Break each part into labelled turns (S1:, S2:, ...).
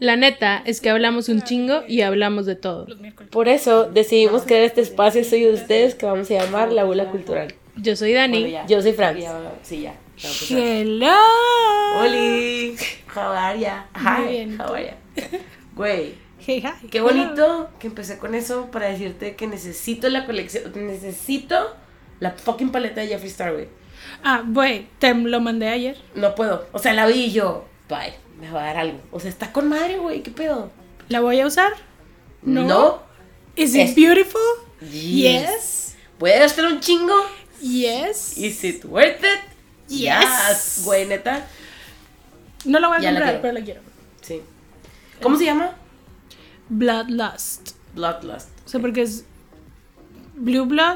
S1: La neta es que hablamos un chingo y hablamos de todo.
S2: Por eso decidimos crear este espacio suyo de ustedes que vamos a llamar La Bula Cultural.
S1: Yo soy Dani.
S2: Bueno, ya. Yo soy Franz.
S3: Sí, ya.
S1: Hello.
S2: Oli. How are ya?
S1: Muy
S2: Hi.
S1: bien.
S2: How are ya? Güey.
S1: Hey, hi.
S2: Qué bonito que empecé con eso para decirte que necesito la colección. Necesito la fucking paleta de Jeffree Star, güey.
S1: Ah, güey, te lo mandé ayer.
S2: No puedo. O sea, la vi y yo. Bye. Me va a dar algo. O sea, está con madre, güey. ¿Qué pedo?
S1: ¿La voy a usar?
S2: No.
S1: Is it beautiful? Yes.
S2: ¿Puede gastar un chingo?
S1: Yes.
S2: Is it worth it?
S1: Yes.
S2: Güey, neta.
S1: No la voy a
S2: Ya la
S1: comprar,
S2: quiero.
S1: pero la quiero.
S2: Sí. ¿Cómo se llama?
S1: Bloodlust.
S2: Bloodlust.
S1: O sea, porque es Blue Blood,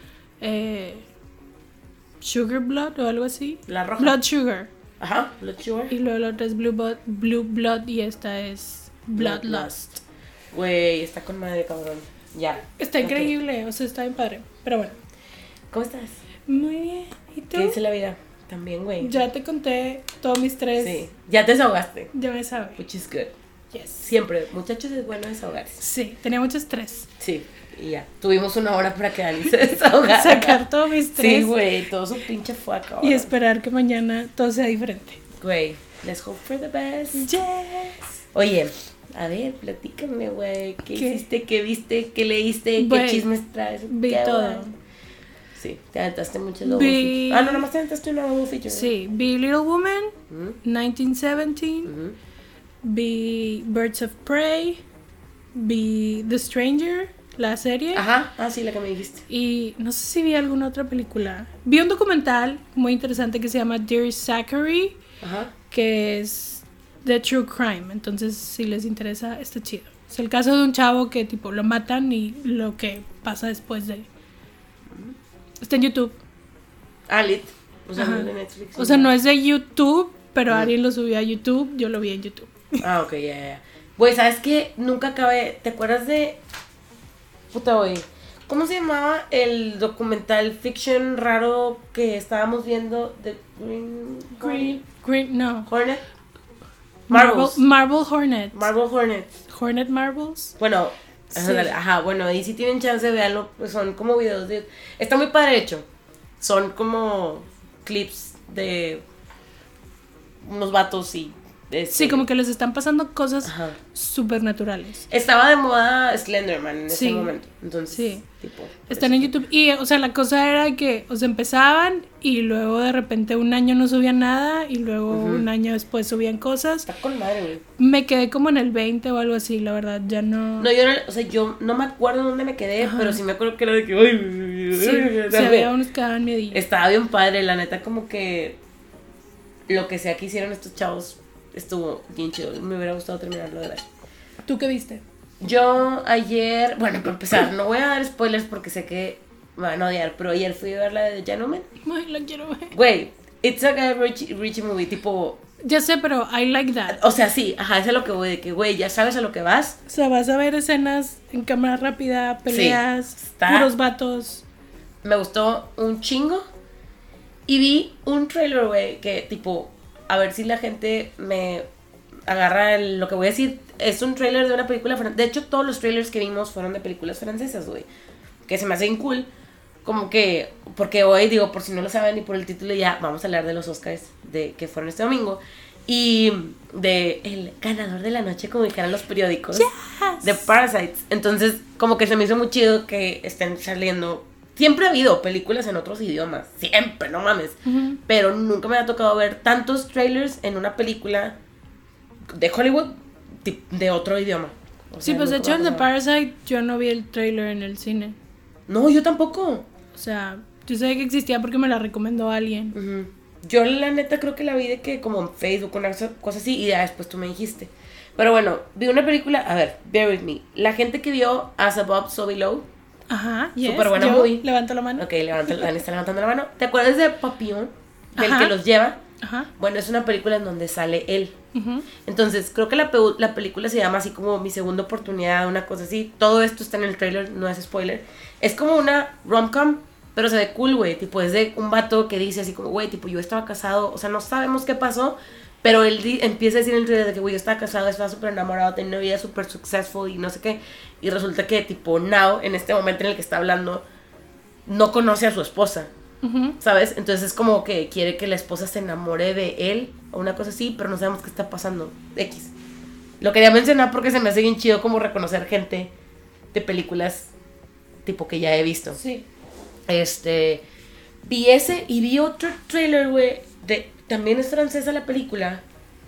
S1: Sugar Blood o algo así.
S2: La roja.
S1: Blood Sugar.
S2: Ajá, Blood Sugar.
S1: Y luego la otra es Blue Blood y esta es Bloodlust.
S2: Güey, está con madre, cabrón. Ya.
S1: Está
S2: Ok.
S1: increíble, o sea, está bien padre. Pero bueno.
S2: ¿Cómo estás?
S1: Muy bien. ¿Y tú?
S2: ¿Qué dice la vida? También, güey.
S1: Ya te conté todos mis tres.
S2: Sí. Ya te desahogaste.
S1: Ya me sabes.
S2: Which is good.
S1: Yes.
S2: Siempre, muchachos, es bueno desahogarse.
S1: Sí, tenía mucho estrés.
S2: Sí. Y ya. Tuvimos una hora para que Dani se desahogara.
S1: Sacar todo mi estrés.
S2: Sí, güey. Todo su pinche fue acá.
S1: Y esperar que mañana todo sea diferente.
S2: Güey. Let's hope for the best.
S1: Yes.
S2: Oye, a ver, platícame, güey. ¿Qué hiciste? ¿Qué viste? ¿Qué leíste?
S1: Güey,
S2: ¿Qué chismes traes?
S1: vi
S2: ¿Qué,
S1: todo.
S2: güey? Sí, te aventaste muchos double
S1: Vi-
S2: feature. Ah, no, nomás te aventaste una double feature.
S1: Sí, vi Little Woman,
S2: Ujú,
S1: 1917,
S2: ujú.
S1: vi Birds of Prey, vi The Stranger, la serie.
S2: Ajá, sí, la que me dijiste.
S1: Y no sé si vi alguna otra película. Vi un documental muy interesante que se llama Dear Zachary,
S2: Ajá.
S1: que es de True Crime. Entonces, si les interesa, está chido. Es el caso de un chavo que tipo lo matan y lo que pasa después de... Está en YouTube.
S2: Lit. O sea,
S1: Ajá.
S2: no es de Netflix.
S1: O sea, no es de YouTube, pero alguien lo subió a YouTube. Yo lo vi en YouTube.
S2: Ah, ok, ya. Güey, ¿sabes qué? Nunca acabé. ¿Te acuerdas de. Puta, güey. ¿Cómo se llamaba el documental fiction raro que estábamos viendo de
S1: Green, no.
S2: Hornet? Marbles.
S1: Marble Hornet.
S2: Marble Hornet.
S1: Hornet Marbles.
S2: Bueno,
S1: Sí.
S2: ajá, bueno, y si tienen chance, véanlo, pues son como videos de... Está muy padre hecho. Son como clips de unos vatos y...
S1: Sí, como que les están pasando cosas
S2: Ajá.
S1: supernaturales.
S2: Estaba de moda Slenderman en ese
S1: Sí.
S2: momento, entonces,
S1: Sí.
S2: tipo...
S1: Están en YouTube. Y, o sea, la cosa era que, o sea, empezaban y luego de repente un año no subían nada y luego un año después subían cosas.
S2: Está con madre, güey.
S1: Me quedé como en el 20 o algo así, la verdad, ya no...
S2: No, yo no me acuerdo dónde me quedé,
S1: Ajá.
S2: pero sí me acuerdo que era de que... Uy,
S1: Sí, había unos que daban miedillo.
S2: Estaba bien padre, la neta, como que lo que sea que hicieron estos chavos estuvo bien chido. Me hubiera gustado terminarlo de ver.
S1: ¿Tú qué viste?
S2: Yo ayer, bueno, para empezar, no voy a dar spoilers porque sé que me van a odiar, pero ayer fui a ver la de The Gentleman.
S1: Ay, la quiero ver.
S2: Güey, it's a Guy Ritchie movie, tipo...
S1: Ya sé, pero I like that.
S2: O sea, sí, ajá, es a lo que voy, de que, güey, ya sabes a lo que vas.
S1: O sea, vas a ver escenas en cámara rápida, peleas,
S2: Sí, está-
S1: puros vatos.
S2: Me gustó un chingo. Y vi un trailer, güey, que tipo, a ver si la gente me agarra lo que voy a decir. Es un trailer de una película francesa. De hecho, todos los trailers que vimos fueron de películas francesas, güey. Que se me hacen cool. Como que, porque hoy, digo, por si no lo saben y por el título ya, vamos a hablar de los Oscars de, que fueron este domingo. Y de el ganador de la noche, como dijeron los periódicos.
S1: Yes.
S2: De Parasites. Entonces, como que se me hizo muy chido que estén saliendo. Siempre ha habido películas en otros idiomas. Siempre, no mames.
S1: Ujú.
S2: Pero nunca me ha tocado ver tantos trailers en una película de Hollywood de otro idioma. O
S1: Sí,
S2: sea,
S1: pues de
S2: nunca
S1: hecho
S2: me
S1: el
S2: ha
S1: de
S2: pasado.
S1: Parasite yo no vi el trailer en el cine.
S2: No, yo tampoco.
S1: O sea, yo sabía que existía porque me la recomendó alguien.
S2: Ujú. Yo la neta creo que la vi de que como en Facebook, una cosa así, y ya después tú me dijiste. Pero bueno, vi una película, a ver, bear with me. La gente que vio As Above, So Below.
S1: Ajá, yes.
S2: Súper buena
S1: Yo
S2: movie.
S1: levanto la mano.
S2: Ok, Dani está levantando la mano. ¿Te acuerdas de Papillon? Del
S1: Ajá.
S2: que los lleva.
S1: Ajá.
S2: Bueno, es una película en donde sale él.
S1: Ujú.
S2: Entonces, creo que la película se llama así como Mi Segunda Oportunidad, una cosa así. Todo esto está en el trailer, no es spoiler. Es como una rom-com, pero se ve cool, güey. Tipo, es de un vato que dice así como, güey, tipo, yo estaba casado. O sea, no sabemos qué pasó, Pero él empieza a decir en el trailer de que, güey, yo estaba casado, estaba súper enamorado, tenía una vida súper successful y no sé qué. Y resulta que, tipo, now, en este momento en el que está hablando, no conoce a su esposa. ¿Sabes? Entonces es como que quiere que la esposa se enamore de él o una cosa así, pero no sabemos qué está pasando. X. Lo quería mencionar porque se me hace bien chido como reconocer gente de películas tipo que ya he visto.
S1: Sí.
S2: Vi ese y vi otro trailer, güey, también es francesa la película.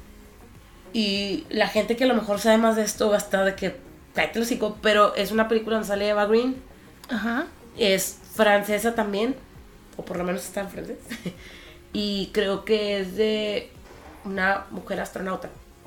S2: Y la gente que a lo mejor sabe más de esto va a estar de que cállate el hocico, pero es una película donde sale Eva Green.
S1: Ajá.
S2: Es francesa también, o por lo menos está en francés. Y creo que es de una mujer astronauta.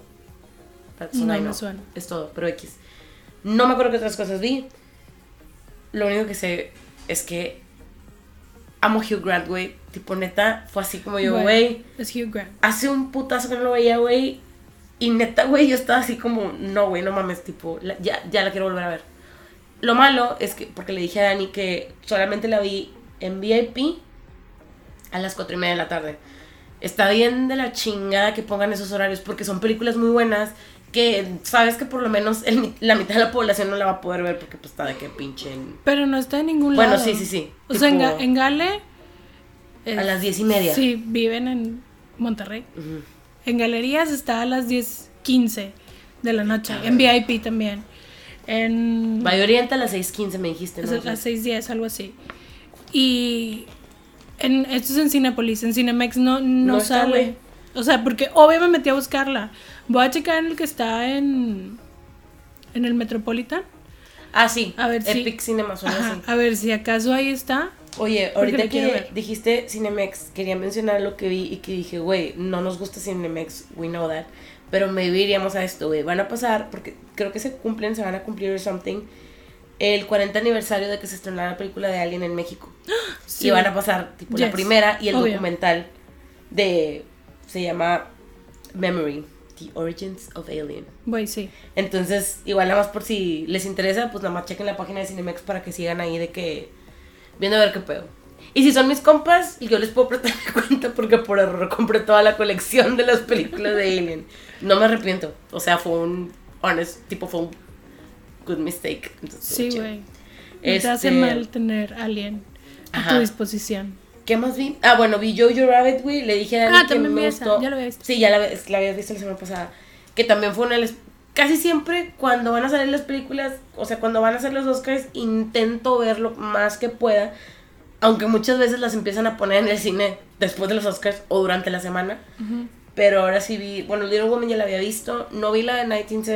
S1: No me suena.
S2: Es todo, pero X. No me acuerdo qué otras cosas vi. Lo único que sé es que amo Hugh Grant, güey. Tipo, neta, fue así como yo, güey.
S1: Es Hugh Grant.
S2: Hace un putazo que no lo veía, güey. Y neta, güey, yo estaba así como, no, güey, no mames, tipo, ya la quiero volver a ver. Lo malo es que, porque le dije a Dani que solamente la vi en VIP a las 4:30 de la tarde. Está bien de la chingada que pongan esos horarios, porque son películas muy buenas que sabes que por lo menos la mitad de la población no la va a poder ver porque pues está de que pinche
S1: Pero no está en ningún lado.
S2: Bueno, sí.
S1: O
S2: tipo,
S1: sea, en Gale...
S2: a las 10:30.
S1: Sí, viven en Monterrey.
S2: Uh-huh.
S1: En galerías está a las 10:15 de la noche. En VIP también. En
S2: Valle Oriente a las 6:15 me dijiste, ¿no?
S1: A las 6:10, algo así. Y esto es en Cinépolis. En Cinemex no sale.
S2: Güey.
S1: O sea, porque obvio me metí a buscarla. Voy a checar en el que está en el Metropolitan.
S2: Ah, sí.
S1: A ver
S2: Epic Cinemas o algo así.
S1: A ver si acaso ahí está.
S2: Oye, ahorita que dijiste Cinemex, quería mencionar lo que vi y que dije, güey, no nos gusta Cinemex, we know that, pero me iríamos a esto, güey. Van a pasar, porque creo que se van a cumplir or something, el 40 aniversario de que se estrenara la película de Alien en México. Sí. Y van a pasar, tipo, la primera y el documental se llama Memory, The Origins of Alien.
S1: Güey, sí.
S2: Entonces, igual nada más por si les interesa, pues nada más chequen la página de Cinemex para que sigan ahí de que viendo a ver qué pedo. Y si son mis compas, yo les puedo prestar mi cuenta porque por error compré toda la colección de las películas de Alien. No me arrepiento. O sea, fue un good mistake. Entonces,
S1: sí, güey. No te hace mal tener Alien a tu disposición.
S2: ¿Qué más vi? Ah, bueno, vi Jojo Rabbit, güey. Le dije a Dani que me gustó.
S1: Ya lo había visto.
S2: Sí, ya la había visto la semana pasada. Que también fue casi siempre cuando van a salir las películas, o sea, cuando van a hacer los Oscars, intento ver lo más que pueda, aunque muchas veces las empiezan a poner en el cine después de los Oscars o durante la semana. Uh-huh. Pero ahora sí vi, bueno, Little Woman ya la había visto, no vi la de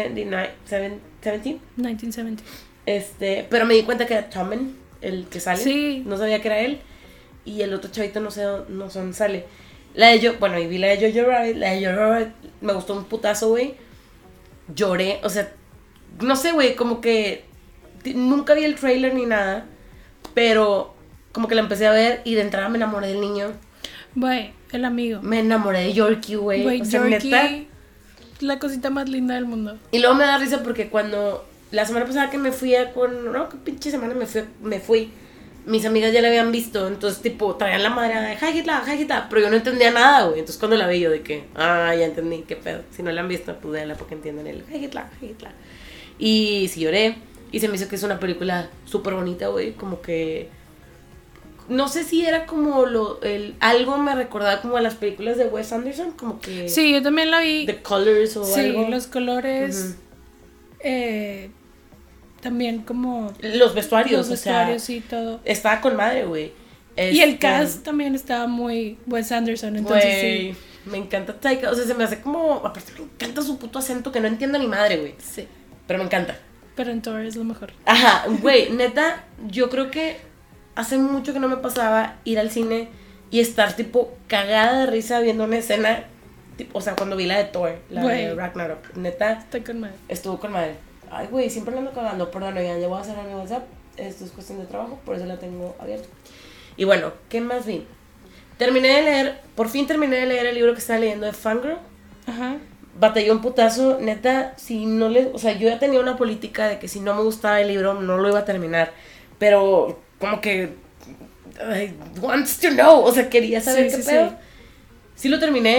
S2: 1970. Pero me di cuenta que era Tommen, el que sale.
S1: Sí.
S2: No sabía que era él. Y el otro chavito no sé dónde sale. Y vi la de Jojo Rabbit. La de Jojo Rabbit me gustó un putazo, güey. Lloré, o sea, no sé, güey, como que nunca vi el trailer ni nada, pero como que la empecé a ver y de entrada me enamoré del niño.
S1: Güey, el amigo.
S2: Me enamoré de Yorkie, güey. O sea,
S1: Yorkie,
S2: neta,
S1: la cosita más linda del mundo.
S2: Y luego me da risa porque cuando la semana pasada que me fui no, qué pinche semana me fui, mis amigas ya la habían visto, entonces tipo traían la madre de Hagitla, pero yo no entendía nada, güey. Entonces cuando la vi yo de que, ya entendí, qué pedo. Si no la han visto, pues véanla porque entiendan el Hagitla. Y sí lloré, y se me hizo que es una película súper bonita, güey, como que no sé si era como algo me recordaba como a las películas de Wes Anderson, como que
S1: sí, yo también la vi.
S2: The Colors o algo.
S1: Sí, los colores. Uh-huh. También como
S2: los vestuarios,
S1: o sea, sí, todo.
S2: Estaba con madre, güey.
S1: Y el cast también estaba muy Wes Anderson, entonces
S2: wey, sí. Me encanta Taika, o sea, se me hace como, aparte me encanta su puto acento que no entiendo ni madre, güey.
S1: Sí.
S2: Pero me encanta.
S1: Pero en Thor es lo mejor.
S2: Ajá, güey, neta, yo creo que hace mucho que no me pasaba ir al cine y estar tipo cagada de risa viendo una escena, tipo, o sea, cuando vi la de Thor, la de Ragnarok, neta. Estuvo con madre. Ay, güey, siempre la ando cagando. Perdón, ya voy a cerrar mi WhatsApp. Esto es cuestión de trabajo, por eso la tengo abierta. Y bueno, ¿qué más vi? Por fin terminé de leer el libro que estaba leyendo de Fangirl.
S1: Ajá.
S2: Batalló un putazo, neta, o sea, yo ya tenía una política de que si no me gustaba el libro, no lo iba a terminar. Pero, como que, wants to know, o sea, quería saber qué pedo. Sí lo terminé,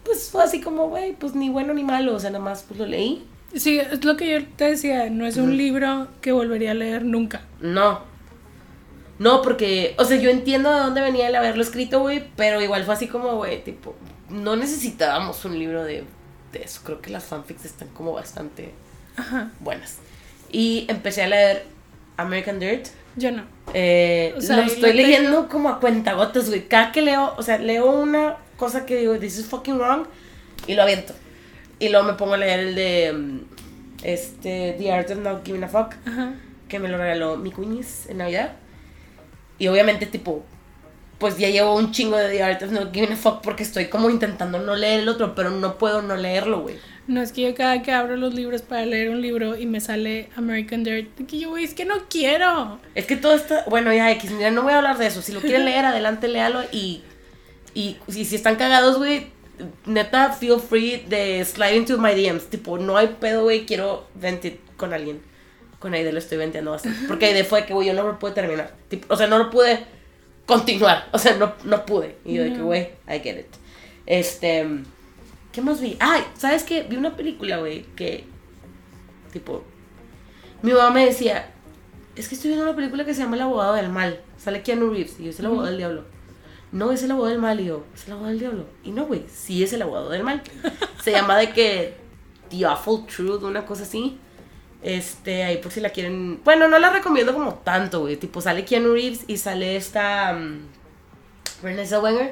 S2: pues fue así como, güey, pues ni bueno ni malo, o sea, nada más pues lo leí.
S1: Sí, es lo que yo te decía, no es un libro que volvería a leer nunca.
S2: No, porque, o sea, yo entiendo de dónde venía el haberlo escrito, güey, pero igual fue así como, güey, tipo, no necesitábamos un libro de eso. Creo que las fanfics están como bastante buenas. Y empecé a leer American Dirt.
S1: Yo no.
S2: Lo estoy leyendo como a cuentagotas, güey. Cada que leo, o sea, leo una cosa que digo, this is fucking wrong, y lo aviento. Y luego me pongo a leer el de The Art of Not Giving a Fuck, que me lo regaló mi cuñis en Navidad. Y obviamente, tipo, pues ya llevo un chingo de The Art of Not Giving a Fuck porque estoy como intentando no leer el otro, pero no puedo no leerlo, güey.
S1: No, es que yo cada que abro los libros para leer un libro y me sale American Dirt, que yo, güey, es que no quiero.
S2: Es que todo está, bueno, ya X, mira, no voy a hablar de eso. Si lo quieren leer, adelante, léalo. Y si están cagados, güey, neta, feel free de slide into my DMs. Tipo, no hay pedo, güey, quiero ventir con alguien. Con Aide lo estoy venteando bastante. Porque Aide fue que, güey, yo no lo pude terminar. Tipo, o sea, no lo pude continuar. O sea, no pude. Y yo de que, güey, I get it. ¿Qué más vi? Ay, ¿sabes qué? Vi una película, güey, que, tipo, mi mamá me decía, es que estoy viendo una película que se llama El abogado del mal. Sale Keanu Reeves. Y yo, es el abogado del diablo. No, es el abogado del mal. Y yo, es el abogado del diablo. Y no, güey, sí es el abogado del mal. Se llama de que The Awful Truth, una cosa así. Ahí por si la quieren. Bueno, no la recomiendo como tanto, güey. Tipo, sale Keanu Reeves y sale esta Renée Zellweger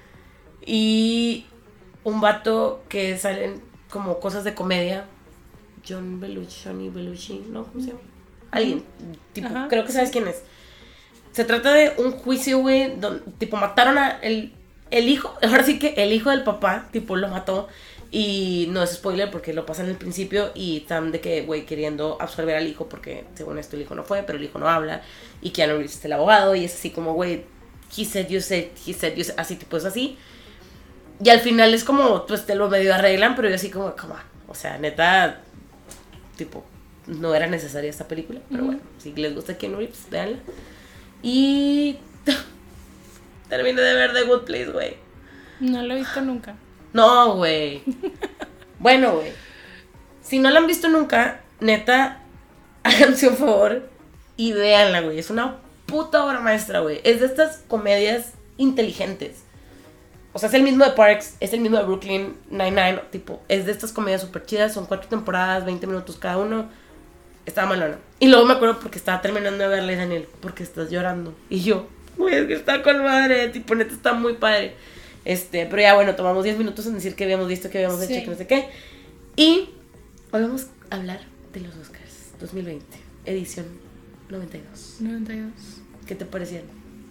S2: y un vato que salen como cosas de comedia. Johnny Belushi, ¿no? ¿Cómo se llama? Alguien, tipo, creo que sabes quién es. Se trata de un juicio, güey, donde, tipo, mataron a el hijo, ahora sí que el hijo del papá, tipo, lo mató. Y no es spoiler porque lo pasa en el principio y están de que, güey, queriendo absorber al hijo porque según esto el hijo no fue, pero el hijo no habla. Y Keanu Reeves es el abogado y es así como, güey, he said, you said, así, tipo, es así. Y al final es como, pues te lo medio arreglan, pero yo así como, come on. O sea, neta, tipo, no era necesaria esta película, pero bueno, si les gusta Keanu Reeves, véanla. Y terminé de ver The Good Place, güey.
S1: No lo he visto nunca.
S2: No, güey. Bueno, güey. Si no la han visto nunca, neta, háganse un favor y véanla, güey. Es una puta obra maestra, güey. Es de estas comedias inteligentes. O sea, es el mismo de Parks, es el mismo de Brooklyn Nine-Nine, tipo, es de estas comedias súper chidas. Son 4 temporadas, 20 minutos cada uno. Estaba malona. Y luego me acuerdo porque estaba terminando de verla y Daniel, porque estás llorando. Y yo, güey, es que está con madre. Tipo, neta, está muy padre. Pero ya bueno, tomamos 10 minutos en decir que habíamos visto, que habíamos hecho, que no sé qué. Y hoy vamos a hablar de los Oscars 2020, edición 92. ¿Qué te parecieron?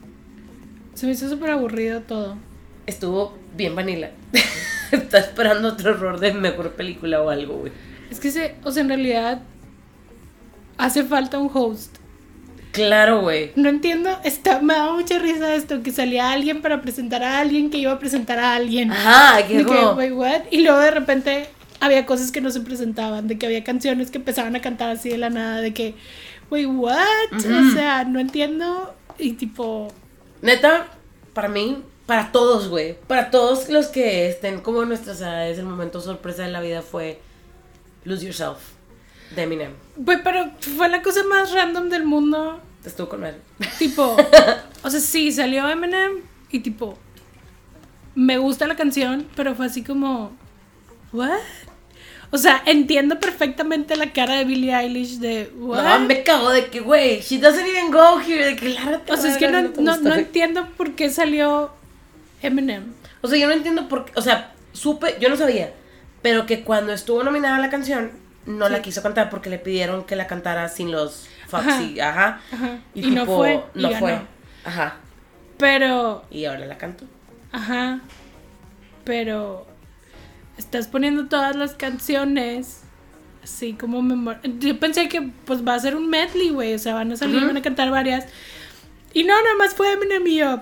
S1: Se me hizo súper aburrido todo.
S2: Estuvo bien vanilla. Está esperando otro error de mejor película o algo, güey.
S1: Es que o sea, en realidad hace falta un host.
S2: Claro, güey.
S1: No entiendo, me daba mucha risa esto, que salía alguien para presentar a alguien que iba a presentar a alguien.
S2: Ajá, que como...
S1: wait, what? Y luego de repente había cosas que no se presentaban, de que había canciones que empezaban a cantar así de la nada, de que, wait, what? O sea, no entiendo. Y tipo...
S2: Neta, para mí, para todos, güey, para todos los que estén como en nuestras edades, el momento sorpresa de la vida fue Lose Yourself, de Eminem.
S1: Güey, pero fue la cosa más random del mundo.
S2: Estuvo con él.
S1: Tipo, o sea, sí, salió Eminem y tipo, me gusta la canción, pero fue así como, ¿what? O sea, entiendo perfectamente la cara de Billie Eilish de, ¿what?
S2: No, me cago de que, güey, she doesn't even go here, de que lárgate.
S1: O sea, es que no entiendo por qué salió Eminem.
S2: O sea, yo no entiendo por qué, o sea, yo no sabía, pero que cuando estuvo nominada la canción, no la quiso cantar porque le pidieron que la cantara sin los Foxy, ajá.
S1: Y
S2: tipo,
S1: no fue.
S2: No fue. Ajá.
S1: Pero.
S2: Y ahora la canto.
S1: Ajá. Pero. Estás poniendo todas las canciones. Así como yo pensé que pues va a ser un medley, güey. O sea, van a salir, van a cantar varias. Y no, nada más fue Eminem y yo.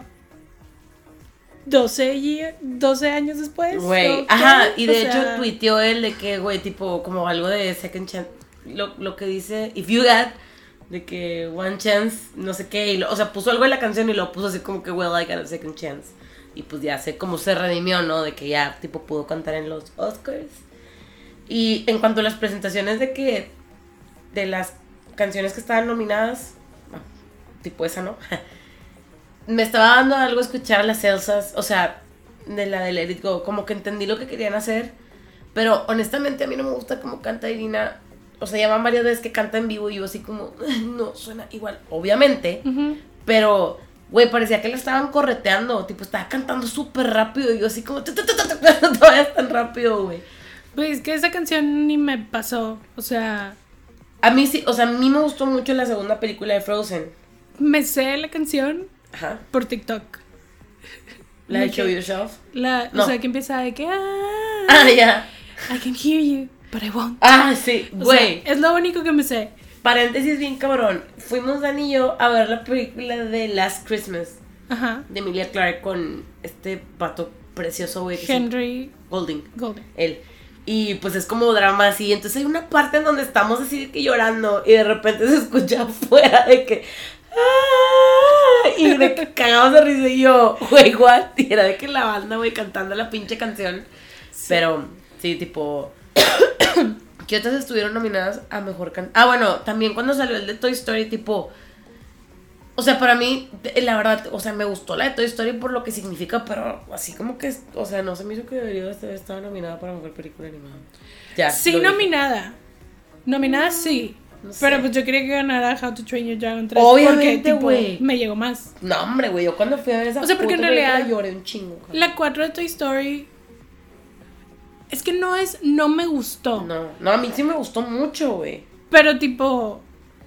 S1: 12 años después.
S2: Güey, ajá, y de hecho tuiteó él de que, güey, tipo, como algo de second chance, lo que dice, if you got, de que one chance, no sé qué, o sea, puso algo en la canción y lo puso así como que, well, I got a second chance, y pues ya sé cómo se redimió, ¿no? De que ya tipo pudo cantar en los Oscars. Y en cuanto a las presentaciones de las canciones que estaban nominadas, tipo esa, ¿no? Me estaba dando algo escuchar a las Elsas, o sea, de la de Let It Go, como que entendí lo que querían hacer, pero honestamente a mí no me gusta cómo canta Irina. O sea, ya van varias veces que canta en vivo y yo así como, no, suena igual, obviamente, pero, güey, parecía que la estaban correteando, tipo, estaba cantando súper rápido y yo así como, todavía es tan rápido, güey.
S1: Pues es que esa canción ni me pasó, o sea...
S2: A mí sí, o sea, a mí me gustó mucho la segunda película de Frozen.
S1: Me sé la canción por TikTok.
S2: ¿La de Show Yourself?
S1: O sea, que empieza de que...
S2: ya.
S1: I can hear you, but I won't.
S2: Sí, güey.
S1: Es lo único que me sé.
S2: Paréntesis bien cabrón. Fuimos Dani y yo a ver la película de Last Christmas.
S1: Ajá.
S2: De Emilia Clarke con este pato precioso, güey.
S1: Henry
S2: Golding.
S1: Él.
S2: Y pues es como drama así. Entonces hay una parte en donde estamos así de que llorando. Y de repente se escucha afuera de que... y de que cagamos de risa. Y yo, güey, what? Y era de que la banda, güey, cantando la pinche canción. Sí. Pero, sí, tipo... ¿Qué otras estuvieron nominadas a mejor canción? Bueno, también cuando salió el de Toy Story, tipo... O sea, para mí, la verdad, o sea, me gustó la de Toy Story por lo que significa, pero así como que, o sea, no se me hizo que debería estar nominada para mejor película animada. Ya.
S1: Sí, nominada. Nominada sí. No sé. Pero pues yo quería que ganara How to Train Your Dragon 3.
S2: Obviamente,
S1: porque, tipo, me llegó más.
S2: No, hombre, güey, yo cuando fui a ver esa...
S1: O sea, porque en realidad
S2: lloré un chingo.
S1: La 4 de Toy Story... Es que no me gustó.
S2: No, a mí sí me gustó mucho, güey.
S1: Pero tipo...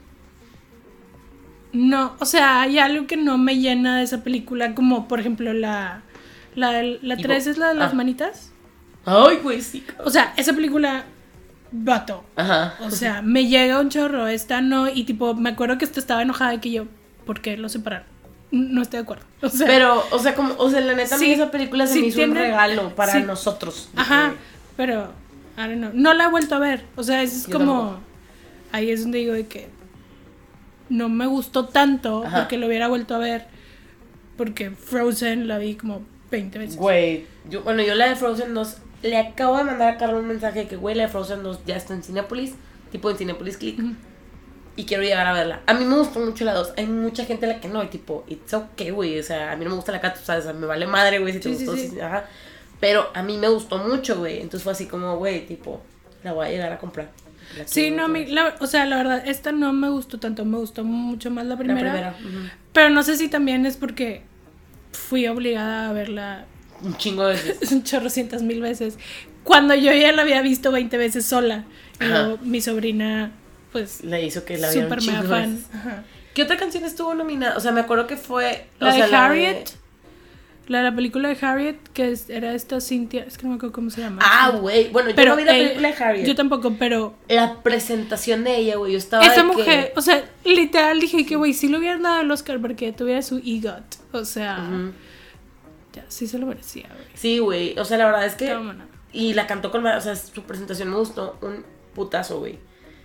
S1: No, o sea, hay algo que no me llena de esa película, como por ejemplo la 3 es la de las manitas.
S2: Ay, güey, sí.
S1: O sea, esa película, vato.
S2: Ajá.
S1: O sea, me llega un chorro, esta no, y tipo, me acuerdo que estaba enojada de que yo, ¿por qué lo separaron? No estoy de acuerdo. O sea,
S2: pero, la neta,
S1: sí,
S2: esa película se me hizo un regalo para nosotros.
S1: Ajá, pero, I don't know, no la he vuelto a ver. O sea, es como, tampoco. Ahí es donde digo de que no me gustó tanto porque lo hubiera vuelto a ver. Porque Frozen la vi como 20 veces.
S2: Güey, yo la de Frozen 2 le acabo de mandar a Carlos un mensaje de que, güey, la de Frozen 2 ya está en Cinépolis, tipo en Cinépolis Click. Y quiero llegar a verla. A mí me gustó mucho la 2. Hay mucha gente a la que no, y tipo, it's okay, güey. O sea, a mí no me gusta la 4, o sea, me vale madre, güey, si te gustó. Sí. Ajá. Pero a mí me gustó mucho, güey. Entonces fue así como, güey, tipo, la voy a llegar a comprar.
S1: Sí, no, o sea, la verdad, esta no me gustó tanto, me gustó mucho más la primera.
S2: Uh-huh.
S1: Pero no sé si también es porque fui obligada a verla
S2: un chingo de veces.
S1: Un chorrocientas mil veces. Cuando yo ya la había visto 20 veces sola. Y luego mi sobrina, pues,
S2: le hizo que la viera un chingo
S1: super mega fan. Ajá.
S2: ¿Qué otra canción estuvo nominada? O sea, me acuerdo que fue...
S1: La de Harriet. La de la película de Harriet, que era esta Cynthia, es que no me acuerdo cómo se llama.
S2: Güey, bueno, yo no vi la película de Harriet.
S1: Yo tampoco, pero...
S2: La presentación de ella, güey, yo estaba
S1: esa mujer, o sea, literal dije que, güey, si le hubieran dado el Oscar porque tuviera su EGOT, o sea, ya, sí se lo merecía, güey.
S2: Sí, güey, o sea, la verdad es que... Y la cantó con... O sea, su presentación me gustó un putazo, güey.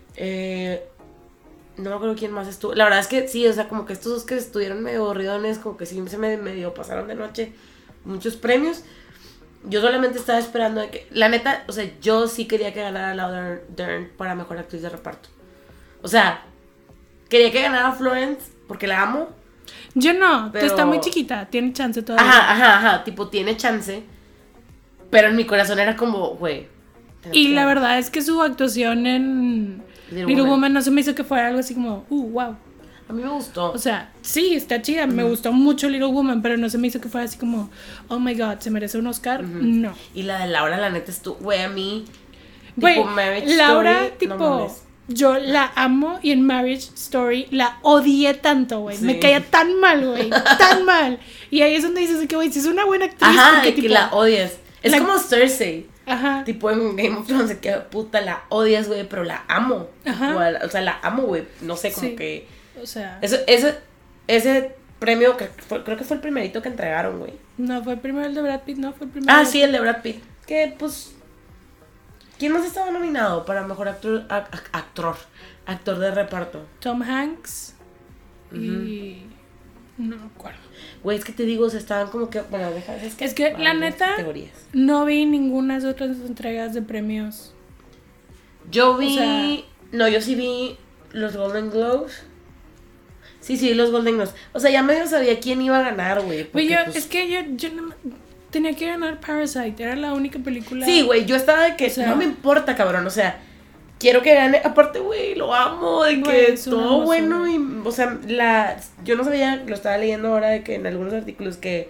S2: No me acuerdo quién más estuvo. La verdad es que sí, o sea, como que estos dos que estuvieron medio aburridones, como que sí se me medio pasaron de noche muchos premios. Yo solamente estaba esperando de que... La neta, o sea, yo sí quería que ganara Laura Dern para mejor actriz de reparto. O sea, quería que ganara Florence porque la amo.
S1: Yo no, pero... está muy chiquita, tiene chance todavía.
S2: Ajá, tipo, tiene chance. Pero en mi corazón era como, güey.
S1: Y la verdad es que su actuación en Little Woman no se me hizo que fuera algo así como, wow.
S2: A mí me gustó.
S1: O sea, sí, está chida, me gustó mucho Little Woman, pero no se me hizo que fuera así como, oh my god, ¿se merece un Oscar? No.
S2: Y la de Laura, la neta, estuvo, güey, a mí,
S1: güey,
S2: tipo, Marriage
S1: Laura,
S2: Story,
S1: tipo,
S2: no
S1: yo la amo y en Marriage Story la odié tanto, güey. Sí. Me caía tan mal, güey, tan mal. Y ahí es donde dices que, güey, si es una buena actriz.
S2: Ajá, porque, tipo, que la odias. Es como Cersei.
S1: Ajá.
S2: Tipo en Game of Thrones, que puta la odias, güey, pero la amo.
S1: Ajá.
S2: O sea, la amo, güey. No sé, como que...
S1: O sea...
S2: Ese premio, creo que fue el primerito que entregaron, güey.
S1: No, fue el primero el de Brad Pitt, no, fue el primero.
S2: Sí, el de Brad Pitt. Que, pues... ¿Quién más estaba nominado para mejor actor de reparto?
S1: Tom Hanks y... No me acuerdo.
S2: Güey, es que te digo, o sea, estaban como que... Bueno, deja...
S1: Es que la neta,
S2: categorías.
S1: no vi ninguna de otras entregas de premios.
S2: Yo vi...
S1: O sea,
S2: no, yo sí vi los Golden Globes. Sí, los Golden Globes. O sea, ya medio sabía quién iba a ganar, güey.
S1: Güey,
S2: Pues,
S1: es que yo no, tenía que ganar Parasite. Era la única película.
S2: sí, güey, yo estaba de que...
S1: O sea,
S2: no me importa, cabrón, o sea... Quiero que gane, aparte, güey, lo amo, de
S1: güey,
S2: que
S1: es una
S2: todo
S1: hermosura.
S2: bueno y, o sea, yo no sabía, lo estaba leyendo ahora de que en algunos artículos que,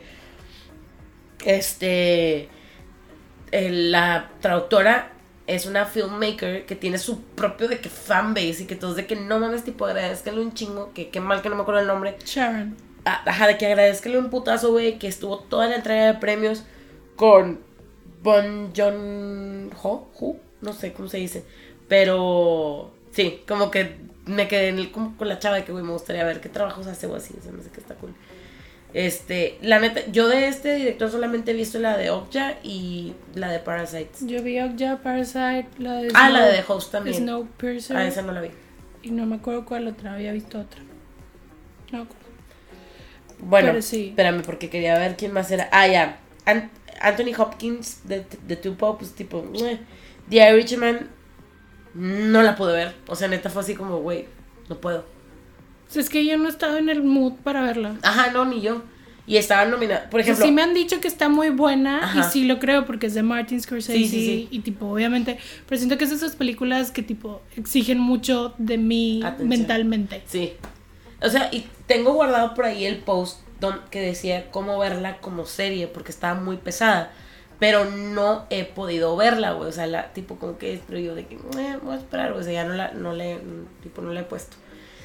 S2: la traductora es una filmmaker que tiene su propio de que fanbase y que todos de que no mames, tipo, agradezcanle un chingo, que qué mal que no me acuerdo el nombre.
S1: Sharon.
S2: Ajá, de que agradezcanle un putazo, güey, que estuvo toda la entrega de premios con Bon Joon-ho, no sé cómo se dice. Pero sí, como que me quedé como con la chava de que, güey, me gustaría ver qué trabajos hace o así, o sea, no sé qué está cool. La neta, yo de este director solamente he visto la de Okja y la de Parasites.
S1: Yo vi Okja, Parasite, la de
S2: La de The Host también.
S1: Snowpiercer.
S2: Esa no la vi.
S1: Y no me acuerdo cuál otra, había visto otra. No me acuerdo.
S2: Bueno,
S1: Pero sí.
S2: espérame, porque quería ver quién más era. Ya. Anthony Hopkins de Tupac, pues tipo, The Irishman, no la pude ver. O sea, neta fue así como, güey, no puedo.
S1: O sea, es que yo no he estado en el mood para verla.
S2: Ajá, no, ni yo. Y estaba nominada, por ejemplo.
S1: O sea, sí me han dicho que está muy buena.
S2: Ajá.
S1: Y sí lo creo porque es de Martin Scorsese.
S2: Sí.
S1: Y tipo, obviamente. Pero siento que es de esas películas que tipo exigen mucho de mí
S2: Atención.
S1: mentalmente.
S2: Sí. O sea, y tengo guardado por ahí el post que decía cómo verla como serie, porque estaba muy pesada. Pero no he podido verla, güey. O sea, tipo como que pero yo de que voy a esperar, güey. O sea, ya no le he puesto.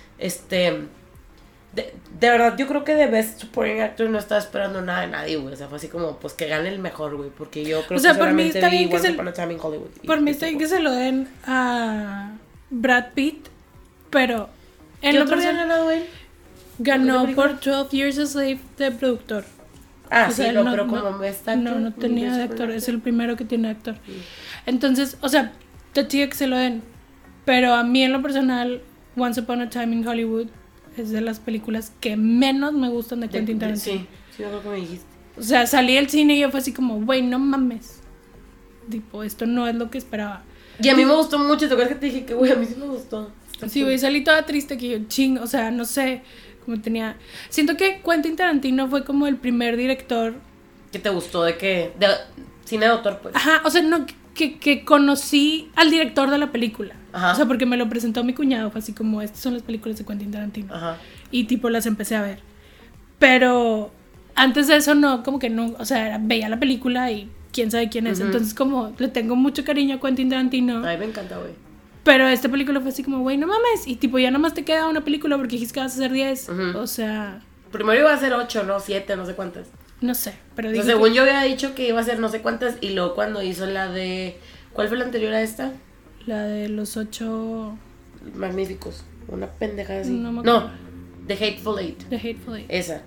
S2: De verdad, yo creo que de Best Supporting Actor no estaba esperando nada de nadie, güey. O sea, fue así como, pues que gane el mejor, güey. Porque yo creo
S1: O sea,
S2: que
S1: por mí
S2: solamente
S1: está
S2: vi
S1: bien que
S2: Once Upon a Time in Hollywood.
S1: Por mí está bien que se lo den a Brad Pitt. Pero en
S2: ¿Qué
S1: lo
S2: otro había
S1: personal
S2: ganado él?
S1: ganó
S2: ¿Qué
S1: por 12 Years a Slave de productor. O
S2: Sí,
S1: sea,
S2: no, pero como Best Actor.
S1: No tenía de actor, es el primero que tiene de actor. Entonces, o sea, te chido que se lo den. Pero a mí en lo personal, Once Upon a Time in Hollywood es de las películas que menos me gustan de Quentin Tarantino.
S2: Sí, yo creo que me dijiste.
S1: O sea, salí del cine y yo fue así como, güey, no mames. Tipo, esto no es lo que esperaba.
S2: Y a mí me gustó mucho, ¿te acuerdas que te dije que, güey, a mí sí me gustó?
S1: Sí, güey, salí toda triste que yo, o sea, no sé, como tenía... Siento que Quentin Tarantino fue como el primer director...
S2: ¿Qué te gustó? ¿De qué? De cine de autor, pues.
S1: Ajá, o sea, no, que conocí al director de la película.
S2: Ajá.
S1: O sea, porque me lo presentó mi cuñado, fue así como, estas son las películas de Quentin Tarantino.
S2: Ajá.
S1: Y tipo las empecé a ver. Pero antes de eso no, como que no, o sea, veía la película y quién sabe quién es. Entonces como le tengo mucho cariño a Quentin Tarantino.
S2: A mí me encanta, güey.
S1: Pero esta película fue así como, güey, no mames. Y tipo, ya nomás te queda una película porque dijiste que vas a hacer 10. O sea...
S2: Primero iba a ser 8, no 7, no sé cuántas.
S1: No sé, pero
S2: O sea,
S1: digo
S2: según yo había dicho que iba a ser no sé cuántas. Y luego cuando hizo la de... ¿Cuál fue la anterior a esta?
S1: La de los 8...
S2: Magníficos. Una pendejada así.
S1: No me acuerdo.
S2: The Hateful Eight.
S1: The Hateful Eight.
S2: Esa.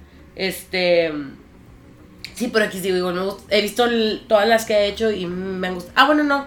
S2: Sí, pero aquí digo, igual me gusta. He visto todas las que ha hecho y me han gustado. Bueno, no.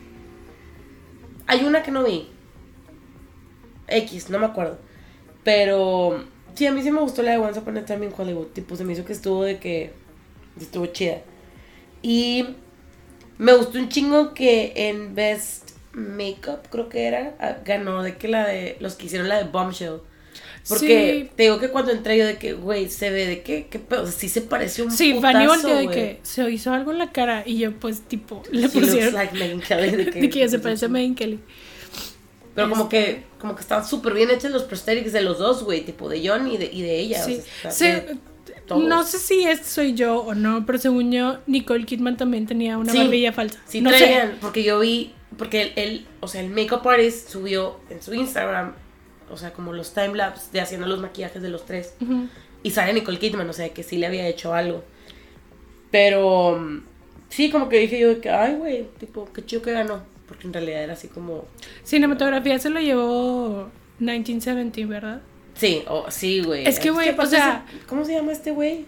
S2: Hay una que no vi. X, no me acuerdo. Pero sí, a mí sí me gustó la de Once Upon a Time in Hollywood. Tipo, se me hizo que estuvo estuvo chida. Y me gustó un chingo que en Best Makeup, creo que era, ganó de que los que hicieron la de Bombshell. Porque
S1: sí.
S2: te digo que cuando entré yo de que, güey, se ve de que, o sea, sí se pareció un
S1: sí,
S2: putazo,
S1: Fanny volteó de
S2: güey.
S1: que se hizo algo en la cara y yo pues tipo le
S2: She
S1: pusieron
S2: looks like Megyn Kelly,
S1: de que ya se parece a Megyn Kelly.
S2: Pero como que estaban súper bien hechos los prosthetics de los dos, güey, tipo de John y de ella.
S1: Sí.
S2: O sea,
S1: No sé si soy yo o no, pero según yo, Nicole Kidman también tenía una barbilla falsa.
S2: Sí,
S1: no
S2: traían,
S1: sé.
S2: porque yo vi, porque él, o sea, el makeup artist subió en su Instagram, o sea, como los timelapse de haciendo los maquillajes de los tres.
S1: Uh-huh.
S2: Y sale Nicole Kidman, o sea, que sí le había hecho algo. Pero sí, como que dije yo de que, ay, güey, tipo, qué chido que ganó. Porque en realidad era así como...
S1: Cinematografía se lo llevó 1970, ¿verdad?
S2: Sí, sí, güey.
S1: Es que, güey, o sea...
S2: ¿Cómo se llama este güey?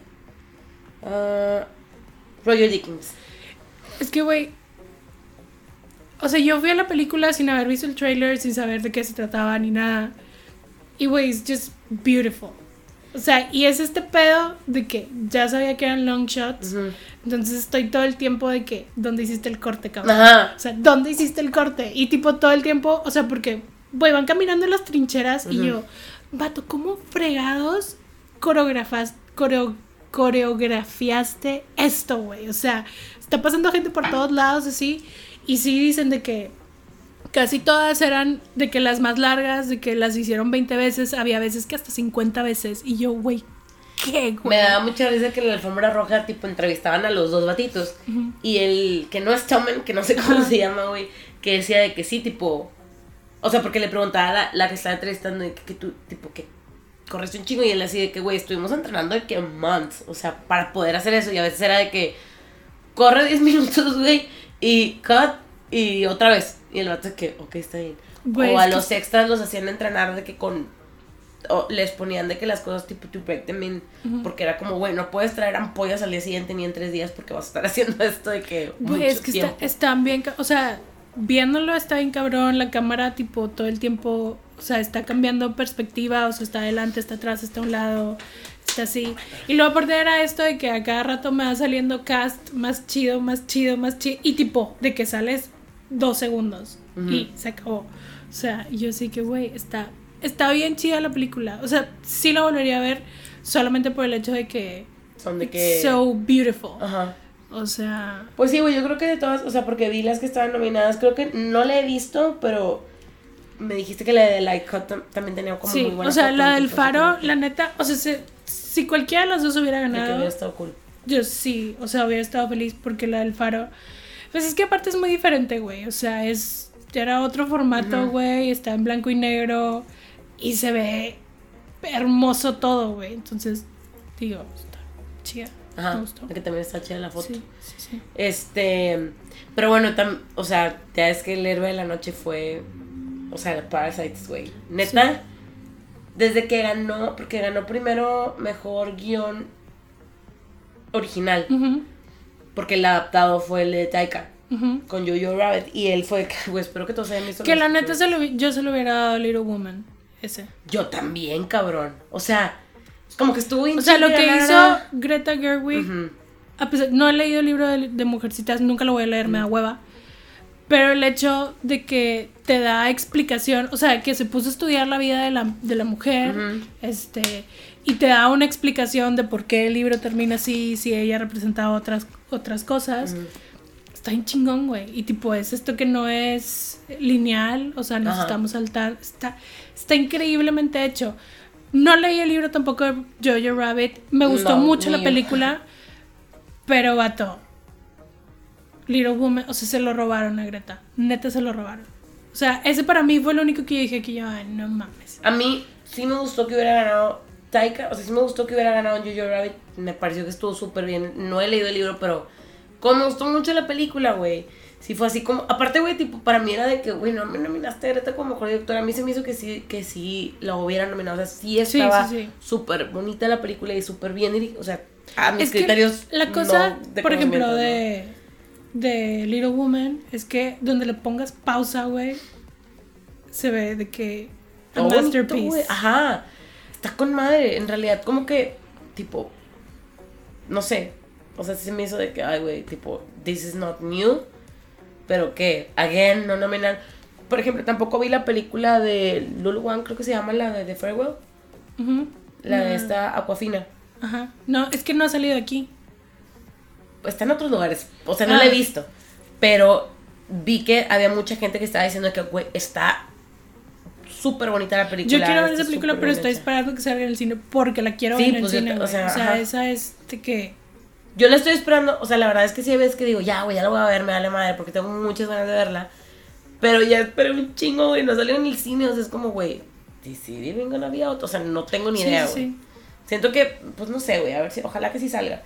S2: Roger Dickens.
S1: Es que, güey... O sea, yo fui a la película sin haber visto el trailer, sin saber de qué se trataba ni nada. Y, güey, it's just beautiful. O sea, y es este pedo de que ya sabía que eran long shots. Entonces estoy todo el tiempo de que, ¿dónde hiciste el corte, cabrón? O sea, ¿dónde hiciste el corte? Y tipo todo el tiempo, o sea, porque, güey, van caminando en las trincheras y yo, vato, ¿cómo fregados coreografiaste esto, güey? O sea, está pasando gente por todos lados así. Y sí dicen de que casi todas eran de que las más largas, de que las hicieron 20 veces, había veces que hasta 50 veces. Y yo, güey, ¿qué, güey?
S2: Me daba mucha risa que en la alfombra roja, tipo, entrevistaban a los dos batitos. Y el que no es Tommen, que no sé cómo se llama, güey, que decía de que sí, tipo... O sea, porque le preguntaba a la que estaba entrevistando de que tú, tipo, que corres un chingo. Y él así de que, güey, estuvimos entrenando de que months. O sea, para poder hacer eso. Y a veces era de que corre 10 minutos, güey, y cut, y otra vez. Y el vato es que, ok, está bien. Pues o a los extras los hacían entrenar de que les ponían de que las cosas tipo to break them in, porque era como, güey, no puedes traer ampollas al día siguiente ni en 3 días porque vas a estar haciendo esto de que mucho
S1: es que
S2: tiempo.
S1: Están bien, o sea, viéndolo está bien cabrón, la cámara tipo todo el tiempo, o sea, está cambiando perspectiva, o sea, está adelante, está atrás, está a un lado, está así. Y luego aparte era esto de que a cada rato me va saliendo cast más chido, y tipo, de que sales 2 segundos y se acabó. O sea, yo sí que, güey, está bien chida la película. O sea, sí la volvería a ver solamente por el hecho de que
S2: son de que
S1: so beautiful.
S2: Ajá.
S1: O sea,
S2: pues sí, güey, yo creo que de todas, o sea, porque vi las que estaban nominadas, creo que no la he visto, pero me dijiste que la de Like Hot también tenía como muy buena.
S1: O sea, la del Faro, la neta, o sea, si cualquiera de las dos hubiera ganado,
S2: que hubiera estado cool.
S1: Yo sí, o sea, hubiera estado feliz porque la del Faro, pues es que aparte es muy diferente, güey. O sea, era otro formato, güey, está en blanco y negro y se ve hermoso todo, güey. Entonces, digo, está chida.
S2: Ajá,
S1: me gustó.
S2: Que también está chida la foto.
S1: Sí.
S2: Pero bueno, o sea, ya es que el héroe de la noche fue, o sea, Parasites, güey. Neta, desde que ganó, porque ganó primero mejor guión original, porque el adaptado fue el de Taika, con Jojo Rabbit, y él fue, güey, espero que todos hayan visto.
S1: Que la neta yo se lo hubiera dado a Little Woman, ese.
S2: Yo también, cabrón. O sea, como que estuvo
S1: O sea, lo que hizo Greta Gerwig, a pesar, no he leído el libro de Mujercitas, nunca lo voy a leer, me da hueva. Pero el hecho de que te da explicación, o sea, que se puso a estudiar la vida de la mujer, y te da una explicación de por qué el libro termina así, si ella representaba otras cosas. Está bien chingón, güey. Y tipo, es esto que no es lineal, o sea, necesitamos saltar. Está increíblemente hecho. No leí el libro tampoco de Jojo Rabbit. Me gustó mucho la película, pero vato, Little Woman, o sea, se lo robaron a Greta. Neta se lo robaron. O sea, ese para mí fue lo único que yo dije que yo, ay, no mames.
S2: A mí sí me gustó que hubiera ganado Taika, o sea, sí me gustó que hubiera ganado Jojo Rabbit. Me pareció que estuvo súper bien. No he leído el libro, pero como me gustó mucho la película, güey. Sí fue así como, aparte, güey, tipo, para mí era de que, güey, no me nominaste a Greta como mejor directora. A mí se me hizo que sí la hubiera nominado. O sea, sí estaba súper bonita la película y súper bien dirigida. O sea, a mis criterios.
S1: La cosa, no, por ejemplo, de Little Woman es que donde le pongas pausa, güey, se ve de que a masterpiece.
S2: Bonito, ajá, está con madre. En realidad, como que, tipo, no sé. O sea, sí se me hizo de que, ay, güey, tipo, this is not new. Pero que, again, no nominan. Por ejemplo, tampoco vi la película de Lulu Wang, creo que se llama la de The Farewell. La de esta Aquafina.
S1: Ajá. No, es que no ha salido aquí.
S2: Está en otros lugares. O sea, no la he visto. Pero vi que había mucha gente que estaba diciendo que, güey, está súper bonita la película.
S1: Yo quiero ver esa película, pero estoy esperando que salga en el cine porque la quiero ver en el cine. O sea esa es de que...
S2: Yo la estoy esperando, o sea, la verdad es que sí hay veces que digo, ya, güey, ya la voy a ver, me vale madre, porque tengo muchas ganas de verla. Pero ya esperé un chingo, güey, no salió en el cine, o sea, es como, güey, decidí venga una vía otra, o sea, no tengo ni idea, güey. Sí. Siento que, pues no sé, güey, a ver si, ojalá que sí salga.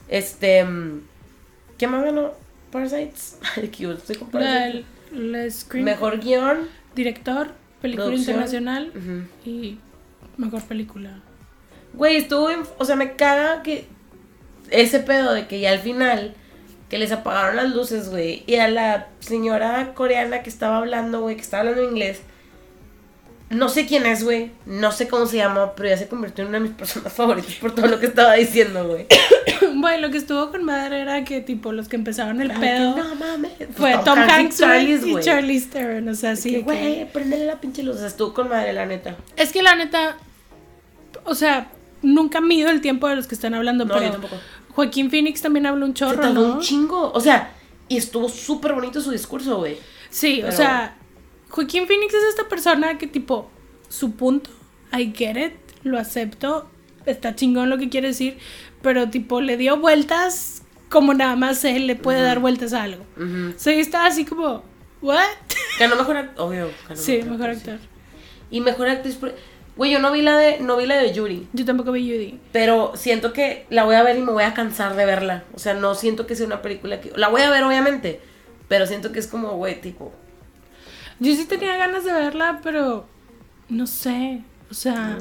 S2: ¿Qué más ganó? Parasites. Yo estoy con Parasites. Mejor guión.
S1: Director, película internacional y mejor película.
S2: Güey, o sea, me caga que ese pedo de que ya al final que les apagaron las luces, güey, y a la señora coreana que estaba hablando, güey, que estaba hablando inglés, No sé quién es, güey. No sé cómo se llama, pero ya se convirtió en una de mis personas favoritas por todo lo que estaba diciendo, güey.
S1: Bueno, lo que estuvo con madre era que, tipo, los que empezaron el pedo.
S2: No mames.
S1: Fue Tom Hanks y Charlize Theron. O sea, sí.
S2: Güey, prendele la pinche luz. O sea, estuvo con madre, la neta.
S1: Es que la neta. O sea, nunca mido el tiempo de los que están hablando,
S2: No,
S1: pero
S2: yo tampoco.
S1: Joaquín Phoenix también habló un chorro,
S2: Se tardó
S1: ¿no?
S2: un chingo. O sea, y estuvo súper bonito su discurso, güey.
S1: Sí,
S2: Pero...
S1: o sea, Joaquín Phoenix es esta persona que, tipo, su punto, I get it, lo acepto, está chingón lo que quiere decir, pero, tipo, le dio vueltas como nada más él le puede dar vueltas a algo. O sea, y estaba así como, ¿what?
S2: Ganó mejor actor, obvio.
S1: Sí, mejor actor.
S2: Sí. Y mejor actriz, güey, yo no vi la de Yuri.
S1: Yo tampoco vi Judy.
S2: Pero siento que la voy a ver y me voy a cansar de verla. O sea, no siento que sea una película que... La voy a ver, obviamente, pero siento que es como, güey, tipo...
S1: Yo sí tenía ganas de verla, pero no sé, o sea,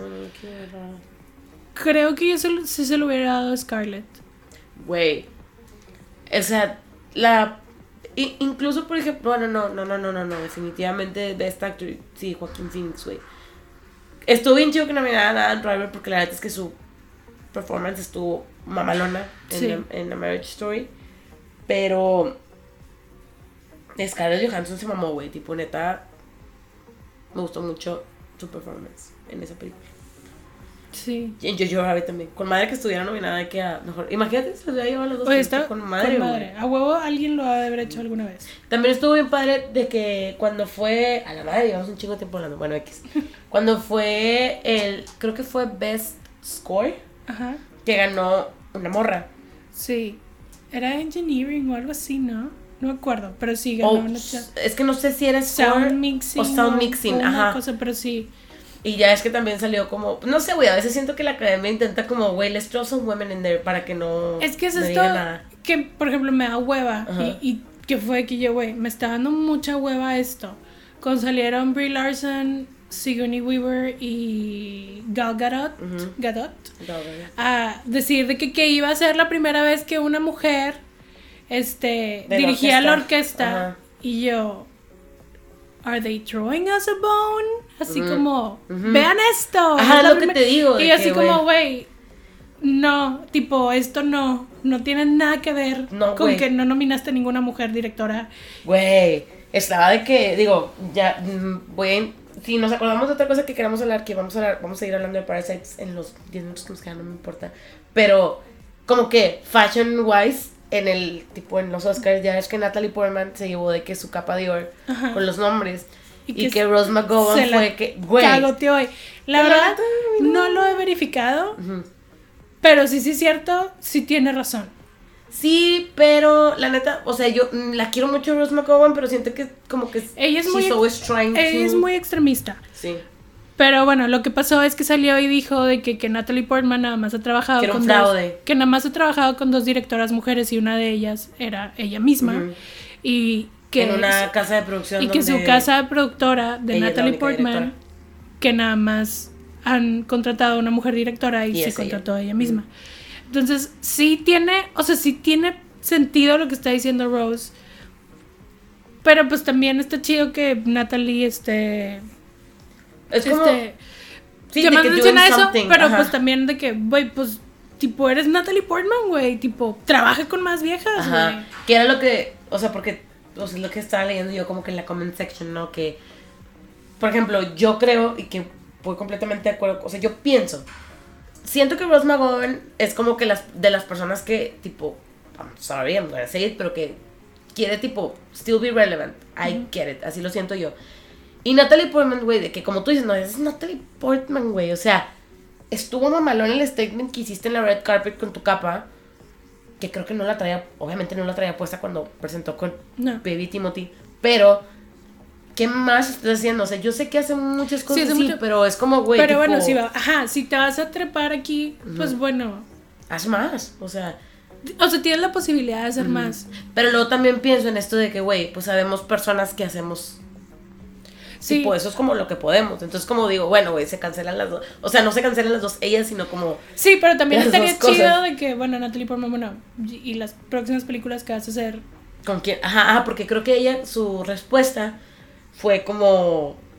S1: creo que yo sí se lo hubiera dado a Scarlett.
S2: Güey, o sea, incluso, por ejemplo, bueno, no, definitivamente Best Actor, sí, Joaquin Phoenix, güey. Estuvo bien chido que nominaran a Adam Driver porque la verdad es que su performance estuvo mamalona en A Marriage Story, pero... Scarlett Johansson se mamó, güey. Tipo, neta, me gustó mucho su performance en esa película.
S1: Sí.
S2: Y en Jojo Rabbit también. Con madre que estuviera nominada de que a mejor... Imagínate, se hubiera llevado los dos.
S1: Oye, está
S2: con madre, güey.
S1: A huevo alguien lo ha de haber hecho alguna vez.
S2: También estuvo bien padre de que cuando fue... A la madre, llevamos un chingo de tiempo hablando. Bueno, X. Cuando fue creo que fue Best Score.
S1: Ajá.
S2: Que ganó una morra.
S1: Sí. Era Engineering o algo así, ¿no? No me acuerdo, pero sí ganó una
S2: es que no sé si era
S1: Sound Mixing
S2: o Sound Mixing,
S1: ajá. Cosa, pero sí.
S2: Y ya es que también salió como, no sé, güey, a veces siento que la academia intenta como, güey, let's throw some women in there para que no
S1: es que es
S2: no
S1: esto
S2: diga nada.
S1: Que, por ejemplo, me da hueva y que fue que yo, güey, me está dando mucha hueva esto. Cuando salieron Brie Larson, Sigourney Weaver y Gal Gadot a decir de que iba a ser la primera vez que una mujer dirigía la orquesta y yo, ¿are they throwing us a bone? Así como, vean esto.
S2: Ajá, es lo que te digo.
S1: Y así como, güey, no, tipo, esto no tiene nada que ver con que no nominaste a ninguna mujer directora.
S2: Güey, estaba de que, digo, ya, si nos acordamos de otra cosa que queramos hablar, que vamos a seguir hablando de Parasites en los 10 minutos que nos quedan, no me importa. Pero, como que, fashion wise, en los Oscars, ya es que Natalie Portman se llevó de que su capa Dior con los nombres y que Rose McGowan fue que, güey,
S1: cagoteó hoy. La verdad, no lo he verificado, pero sí es cierto, sí tiene razón.
S2: Sí, pero la neta, o sea, yo la quiero mucho Rose McGowan, pero siento que como que
S1: ella es muy extremista.
S2: Sí.
S1: Pero bueno, lo que pasó es que salió y dijo de que Natalie Portman nada más ha trabajado que nada más ha trabajado con 2 directoras mujeres y una de ellas era ella misma y que
S2: en una casa de producción
S1: y que su casa productora de Natalie Portman que nada más han contratado a una mujer directora y se contrató a ella misma. Entonces, sí tiene sentido lo que está diciendo Rose. Pero pues también está chido que Natalie
S2: es como
S1: sí, que más menciona eso, pero pues también de que, güey, pues tipo eres Natalie Portman, güey, tipo trabaja con más viejas, güey.
S2: Que era lo que, o sea, porque o sea, lo que estaba leyendo yo como que en la comment section, ¿no? Que por ejemplo, yo creo y que voy completamente de acuerdo, o sea, yo siento que Rose McGowan es como que de las personas que tipo, I'm sorry, I'm gonna say it, pero que quiere tipo still be relevant. I get it, así lo siento yo. Y Natalie Portman, güey, de que como tú dices, no, es Natalie Portman, güey, o sea, estuvo mamalón el statement que hiciste en la red carpet con tu capa, que creo que obviamente no la traía puesta cuando presentó con Baby Timothy, pero ¿qué más estás haciendo? O sea, yo sé que hace muchas cosas pero es como, güey,
S1: pero
S2: tipo,
S1: bueno, si te vas a trepar aquí, pues bueno,
S2: haz más, o sea,
S1: tienes la posibilidad de hacer más.
S2: Pero luego también pienso en esto de que, güey, pues sabemos personas que hacemos. Sí, pues eso es como lo que podemos. Entonces, como digo, bueno, güey, se cancelan las dos. O sea, no se cancelan las dos ellas, sino como.
S1: Sí, pero también estaría chido de que, bueno, Natalie Portman, bueno, y las próximas películas que vas a hacer.
S2: ¿Con quién? Ajá, porque creo que ella, su respuesta fue como.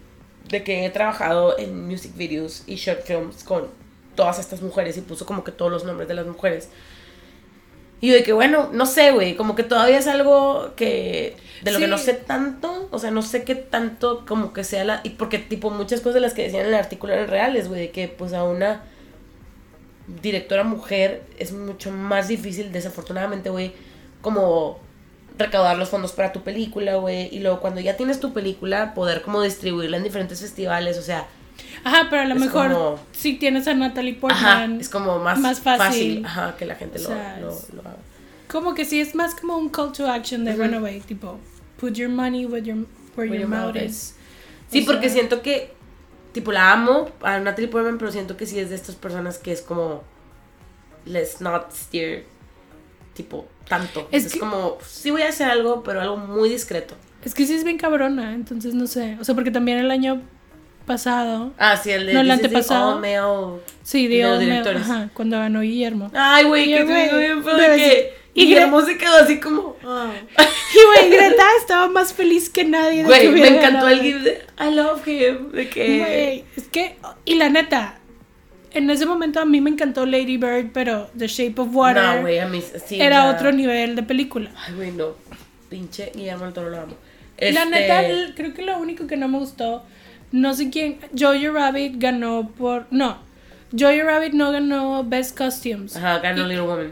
S2: de que he trabajado en music videos y short films con todas estas mujeres y puso como que todos los nombres de las mujeres. Y yo de que, bueno, no sé, güey, como que todavía es algo que... De lo que no sé tanto, o sea, no sé qué tanto como que sea la... Y porque, tipo, muchas cosas de las que decían en el artículo eran reales, güey, de que, pues, a una directora mujer es mucho más difícil, desafortunadamente, güey, como recaudar los fondos para tu película, güey, y luego cuando ya tienes tu película, poder como distribuirla en diferentes festivales, o sea...
S1: Ajá, pero a lo mejor como, si tienes a Natalie Portman,
S2: ajá, es como más fácil, ajá, que la gente lo haga.
S1: Como que sí, es más como un call to action de Runaway, tipo, put your money where your mouth is.
S2: Sí, porque siento que, tipo, la amo a Natalie Portman, pero siento que sí es de estas personas que es como, let's not steer, tipo, tanto. Es como, sí voy a hacer algo, pero algo muy discreto.
S1: Es que sí es bien cabrona, entonces no sé, o sea, porque también el año pasado.
S2: Sí, el de
S1: no, el antepasado.
S2: All Male,
S1: sí, de los directores. Ajá, cuando ganó Guillermo.
S2: Ay, güey, que se bien fue de que Guillermo se quedó así como.
S1: Y güey, Greta estaba más feliz que nadie.
S2: Güey, me encantó el gif de I love him. De que.
S1: Güey, es que. Y la neta, en ese momento a mí me encantó Lady Bird, pero The Shape of Water.
S2: No, güey, a mí sí.
S1: Era otro nivel de película.
S2: Ay, güey, no. Pinche Guillermo del Toro lo amo.
S1: La neta, creo que lo único que no me gustó. No sé quién. Jojo Rabbit ganó por. No. Jojo Rabbit no ganó Best Costumes.
S2: Ajá, ganó Little Woman.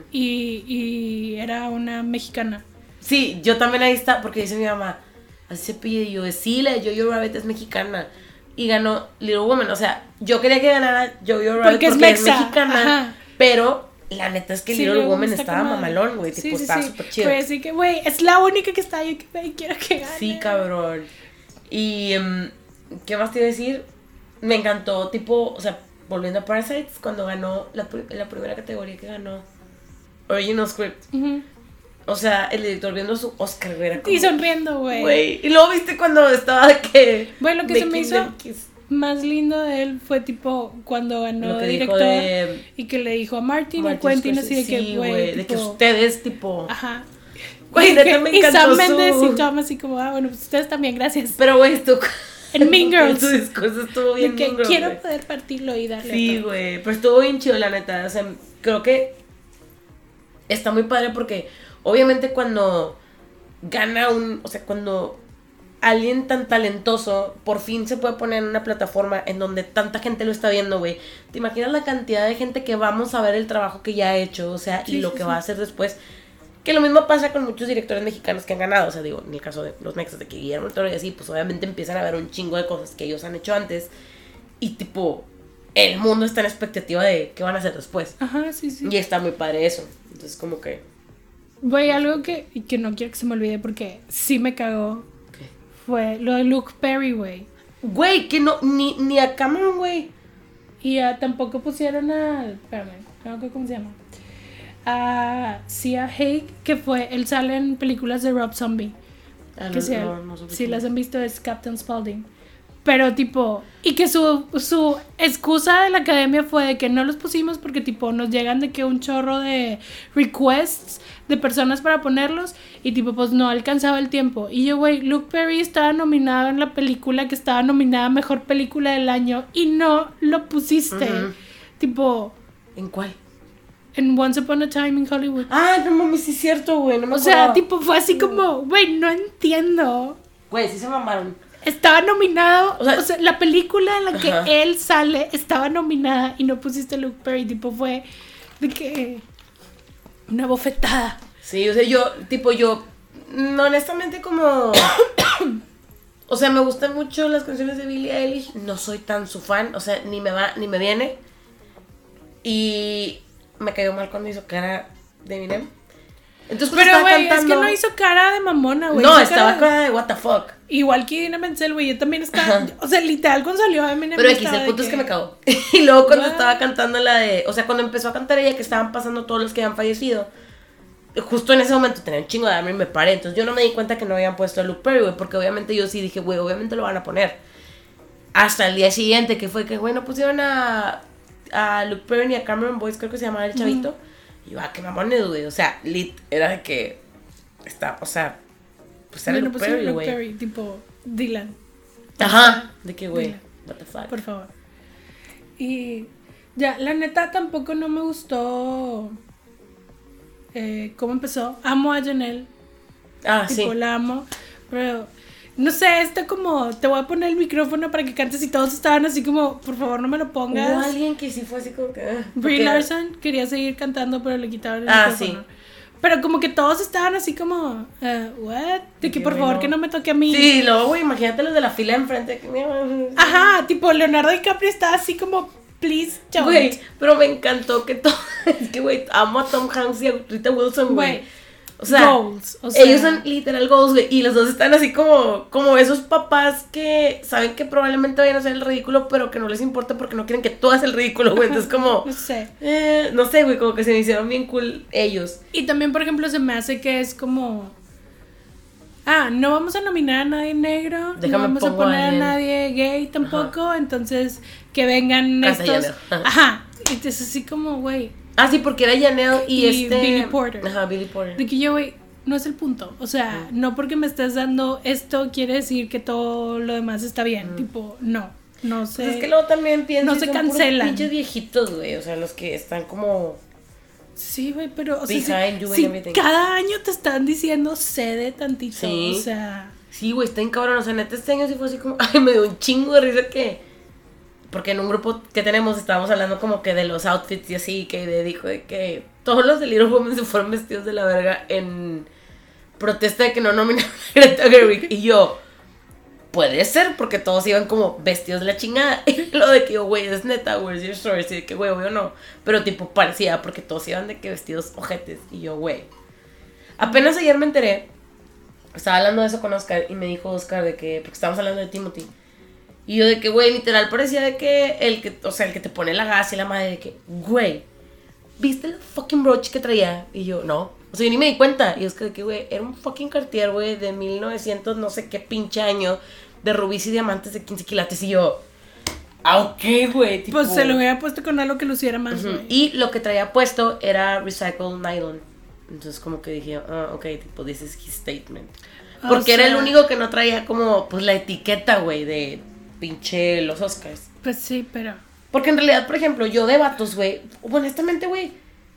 S1: Y era una mexicana.
S2: Sí, yo también ahí está, porque dice mi mamá, así se pide, y yo, sí, la de Jojo Rabbit es mexicana. Y ganó Little Woman. O sea, yo quería que ganara Jojo Rabbit porque es mexicana. Ajá. Pero la neta es que Little Woman estaba mamalón, güey. Tipo, estaba súper chido.
S1: Pues sí que, güey, es la única que está ahí que quiero que gane.
S2: Sí, cabrón. Y ¿qué más te iba a decir? Me encantó, tipo, o sea, volviendo a Parasites, cuando ganó la primera categoría que ganó Original Script. O sea, el director viendo su Oscar, era como,
S1: y sonriendo, güey.
S2: Y luego viste cuando estaba de que...
S1: Bueno, lo que se me hizo más lindo de él fue tipo cuando ganó director y que le dijo a Martin y Quentin así de que, güey,
S2: de que ustedes, tipo...
S1: Ajá.
S2: Güey, neta me encantó
S1: Sam Mendes y Tom así como, bueno, pues ustedes también, gracias.
S2: Pero, güey, esto...
S1: En Mean Girls.
S2: Su discurso estuvo bien
S1: de que
S2: Girls,
S1: quiero poder partirlo y darle.
S2: Sí, güey, pero estuvo bien chido, la neta. O sea, creo que está muy padre porque obviamente cuando gana o sea, cuando alguien tan talentoso por fin se puede poner en una plataforma en donde tanta gente lo está viendo, güey. ¿Te imaginas la cantidad de gente que vamos a ver el trabajo que ya ha hecho? O sea, y lo que va a hacer después. Que lo mismo pasa con muchos directores mexicanos que han ganado. O sea, digo, en el caso de los mexas de que Guillermo del Toro y así, pues obviamente empiezan a ver un chingo de cosas que ellos han hecho antes. Y tipo, el mundo está en expectativa de qué van a hacer después.
S1: Ajá, sí.
S2: Y está muy padre eso. Entonces, como que...
S1: Güey, algo que no quiero que se me olvide porque sí me cagó.
S2: ¿Qué?
S1: Fue lo de Luke Perry, güey.
S2: Güey, que no, ni a Cameron, güey.
S1: Y tampoco pusieron al... Espérame, no sé cómo se llama. Sia Haig, que él sale en películas de Rob Zombie. Que si las han visto es Captain Spaulding. Pero tipo, y que su excusa de la academia fue de que no los pusimos porque tipo nos llegan de que un chorro de requests de personas para ponerlos y tipo pues no alcanzaba el tiempo. Y yo, güey, Luke Perry estaba nominado en la película que estaba nominada a Mejor Película del Año y no lo pusiste. Tipo...
S2: ¿En cuál?
S1: En Once Upon a Time in Hollywood.
S2: No mames, sí es cierto, güey, no me acuerdo.
S1: O sea, tipo, fue así como, güey, no entiendo.
S2: Güey, sí se mamaron.
S1: Estaba nominado, o sea, la película en la que él sale estaba nominada y no pusiste Luke Perry, tipo, fue de que una bofetada.
S2: Sí, o sea, yo, no, honestamente como... O sea, me gustan mucho las canciones de Billie Eilish, no soy tan su fan, o sea, ni me va, ni me viene. Y... me cayó mal cuando hizo cara de Eminem. Entonces,
S1: pero, güey, es que no hizo cara de mamona, güey.
S2: No, estaba cara de what the fuck.
S1: Igual que Idina Menzel, güey, yo también estaba... O sea, literal, cuando salió Eminem...
S2: Pero aquí el punto es que me cagó. Y luego cuando estaba cantando la de... O sea, cuando empezó a cantar ella, que estaban pasando todos los que habían fallecido, justo en ese momento tenía un chingo de hambre y me paré. Entonces yo no me di cuenta que no habían puesto a Luke Perry, güey, porque obviamente yo sí dije, güey, obviamente lo van a poner. Hasta el día siguiente, que fue que, güey, no pusieron a Luke Perry ni a Cameron Boyce, creo que se llamaba el chavito. Y yo, qué mamones, güey. O sea, lit, era de que o sea, pues era Luke Perry, güey.
S1: Tipo Dylan.
S2: Ajá, de que, güey. What the fuck.
S1: Por favor. Y ya, la neta tampoco no me gustó cómo empezó. Amo a Janelle. Tipo,
S2: sí.
S1: la amo. Pero, no sé, como, te voy a poner el micrófono para que cantes y todos estaban así como, por favor no me lo pongas.
S2: Hubo alguien que sí fue así como que...
S1: Brie Larson quería seguir cantando, pero le quitaron el micrófono. Sí. Pero como que todos estaban así como, what? De que por favor que no me toque a mí.
S2: Sí, luego, güey, imagínate los de la fila enfrente.
S1: Ajá, tipo Leonardo DiCaprio estaba así como, please don't.
S2: Güey, pero me encantó que todo... Es que, güey, amo a Tom Hanks y a Rita Wilson, güey. O sea,
S1: goals, o sea,
S2: ellos son literal goals, güey. Y los dos están así como esos papás que saben que probablemente vayan a hacer el ridículo, pero que no les importa porque no quieren que tú hagas el ridículo, güey. Entonces, como...
S1: no sé.
S2: No sé, güey, como que se me hicieron bien cool ellos.
S1: Y también, por ejemplo, se me hace que es como... no vamos a nominar a nadie negro. No vamos a poner a nadie gay tampoco. Ajá. Entonces, que vengan estos... Ajá. Entonces, así como, güey...
S2: sí, porque era Janelle y
S1: Billy Porter.
S2: Ajá, Billy Porter.
S1: De que yo, güey, no es el punto. O sea, no porque me estés dando esto quiere decir que todo lo demás está bien. Tipo, no sé.
S2: Pues es que luego también pienso...
S1: No se cancelan.
S2: Pinches viejitos, güey. O sea, los que están como...
S1: Sí, güey, pero... O sea, si cada año te están diciendo cede tantito. Sí. O sea...
S2: Sí, güey, está en cabrón. O sea, neta, este año sí fue así como... Ay, me dio un chingo de risa que... Porque en un grupo que tenemos estábamos hablando como que de los outfits y así, que dijo de que todos los de Little Women se fueron vestidos de la verga en protesta de que no nominaron a Greta Gerwig. Y yo, puede ser, porque todos iban como vestidos de la chingada. Y lo de que yo, güey, es neta, where's your source? Y de que, güey, obvio no. Pero tipo parecía, porque todos iban de que vestidos ojetes. Y yo, güey. Apenas ayer me enteré, estaba hablando de eso con Oscar y me dijo Oscar de que, porque estábamos hablando de Timothy. Y yo de que, güey, literal parecía de que el que te pone la gas y la madre de que, güey, ¿viste el fucking brooch que traía? Y yo, no. O sea, yo ni me di cuenta. Y es que, güey, era un fucking Cartier, güey, de 1900 no sé qué pinche año, de rubíes y diamantes de 15 quilates. Y yo, ok, güey. Tipo,
S1: pues se lo hubiera puesto con algo que luciera más, güey.
S2: Y lo que traía puesto era recycled nylon. Entonces como que dije, ok, tipo, this is his statement. Porque era el único que no traía como, pues, la etiqueta, güey, de... pinche los Oscars.
S1: Pues sí, pero...
S2: Porque en realidad, por ejemplo, yo de vatos, güey, honestamente, güey,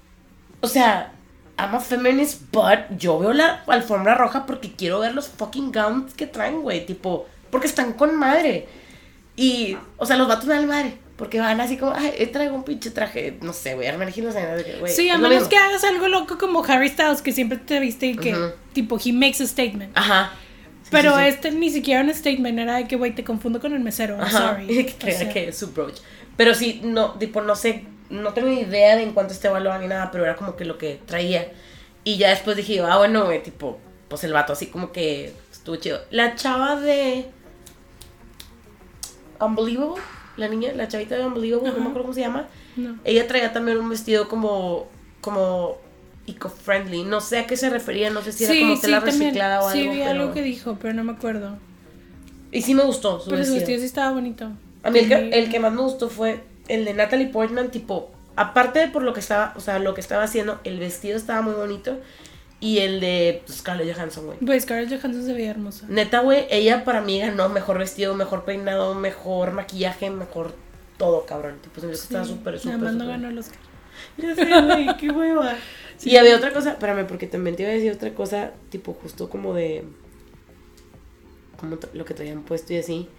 S2: o sea, I'm a feminist, but yo veo la alfombra roja porque quiero ver los fucking gowns que traen, güey, tipo, porque están con madre. Y, o sea, los vatos me dan madre, porque van así como, traigo un pinche traje, no sé, güey, me imagino, güey.
S1: Sí, a menos que hagas algo loco como Harry Styles, que siempre te viste y que, tipo, he makes a statement.
S2: Ajá.
S1: Pero sí. Ni siquiera un statement, era de que, güey, te confundo con el mesero, I'm sorry.
S2: Que es su brooch. Pero sí, no, tipo, no sé, no tengo ni idea de en cuánto esté valorado ni nada, pero era como que lo que traía. Y ya después dije, bueno, güey, tipo, pues el vato así como que estuvo chido. La chava de Unbelievable, la chavita de Unbelievable, no me acuerdo cómo se llama.
S1: No.
S2: Ella traía también un vestido como eco-friendly, no sé a qué se refería, no sé si era como tela reciclada o algo.
S1: Sí, vi algo que dijo, pero no me acuerdo.
S2: Y sí me gustó su
S1: vestido.
S2: Pero
S1: su vestido sí estaba bonito.
S2: A mí el que más me gustó fue el de Natalie Portman, tipo, aparte de por lo que estaba, o sea, lo que estaba haciendo, el vestido estaba muy bonito. Y el de Scarlett Johansson, güey.
S1: Pues Scarlett Johansson se veía hermosa.
S2: Neta, güey, ella para mí ganó mejor vestido, mejor peinado, mejor maquillaje, mejor todo, cabrón. Tipo, se me estaba súper.
S1: Nada más no ganó el Oscar.
S2: Ya sé, güey, qué hueva. Sí. Y había otra cosa, espérame, porque también te iba a decir otra cosa, tipo, justo como de... como lo que traían puesto y así.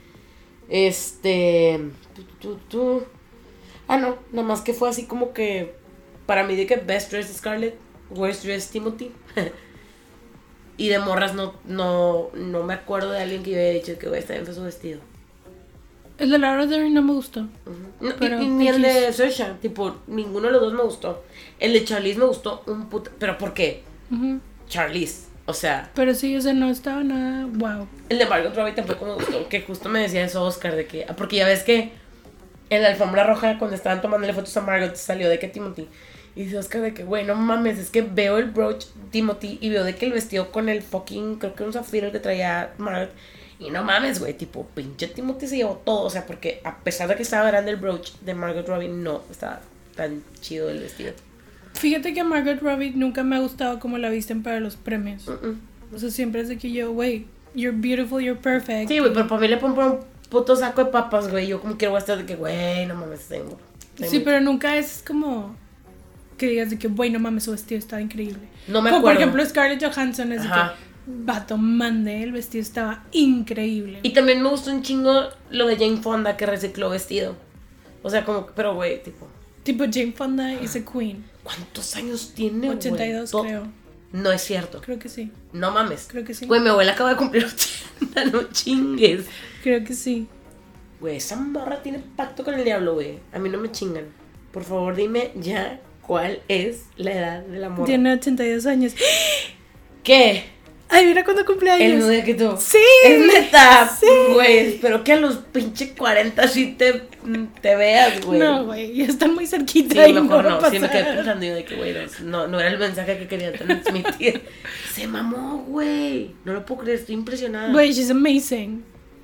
S2: No, nada más que fue así como que... para mí de que Best Dressed Scarlett, Worst Dressed Timothy. Y de morras no me acuerdo de alguien que yo haya dicho que güey, está bien fue su vestido.
S1: El de Laura Dern no me gustó.
S2: No, ni el de Saoirse, tipo, ninguno de los dos me gustó. El de Charlize me gustó un puto... ¿Pero por qué? Charlize, o sea...
S1: Pero sí, o sea, no estaba nada... Wow.
S2: El de Margot Robbie tampoco me gustó, que justo me decía eso Oscar, de que... Porque ya ves que en la alfombra roja, cuando estaban tomándole fotos a Margot, salió de que Timothy... Y dice Oscar de que, güey, no mames, es que veo el brooch Timothy y veo de que el vestido con el fucking... Creo que un zafiro que traía Margot... Y no mames, güey, tipo, pinche Timothy se llevó todo, o sea, porque a pesar de que estaba grande el brooch de Margot Robbie, no estaba tan chido el vestido.
S1: Fíjate que a Margot Robbie nunca me ha gustado cómo la visten para los premios. O sea, siempre es de que yo, güey, you're beautiful, you're perfect.
S2: Sí, güey, pero para mí le ponen puto saco de papas, güey. Yo como quiero estar de que, güey, no mames, tengo.
S1: Sí, pero nunca es como que digas de que, güey, no mames, su vestido está increíble.
S2: No me
S1: como
S2: acuerdo.
S1: Por ejemplo, Scarlett Johansson es de que, vato, mande, el vestido estaba increíble.
S2: Y también me gustó un chingo lo de Jane Fonda que recicló vestido. O sea, como, pero güey, tipo.
S1: Tipo Jane Fonda is a queen.
S2: ¿Cuántos años tiene, güey?
S1: 82, creo.
S2: No es cierto.
S1: Creo que sí.
S2: No mames.
S1: Creo que sí.
S2: Güey, mi abuela acaba de cumplir 80, no chingues.
S1: Creo que sí.
S2: Güey, esa morra tiene pacto con el diablo, güey. A mí no me chingan. Por favor, dime ya cuál es la edad de la morra.
S1: Tiene 82 años.
S2: ¿Qué?
S1: Ay, mira cuándo cumpleaños.
S2: El mismo día que tú.
S1: Sí.
S2: Es neta.
S1: Sí.
S2: Güey, espero que a los pinche 40 sí te veas, güey.
S1: No, güey, ya están muy cerquita.
S2: Sí,
S1: y
S2: mejor
S1: va a
S2: no. Sí, me
S1: pasar.
S2: quedé pensando yo de que, güey, no era el mensaje que quería transmitir. Se mamó, güey. No lo puedo creer, estoy impresionada.
S1: Güey, she's amazing.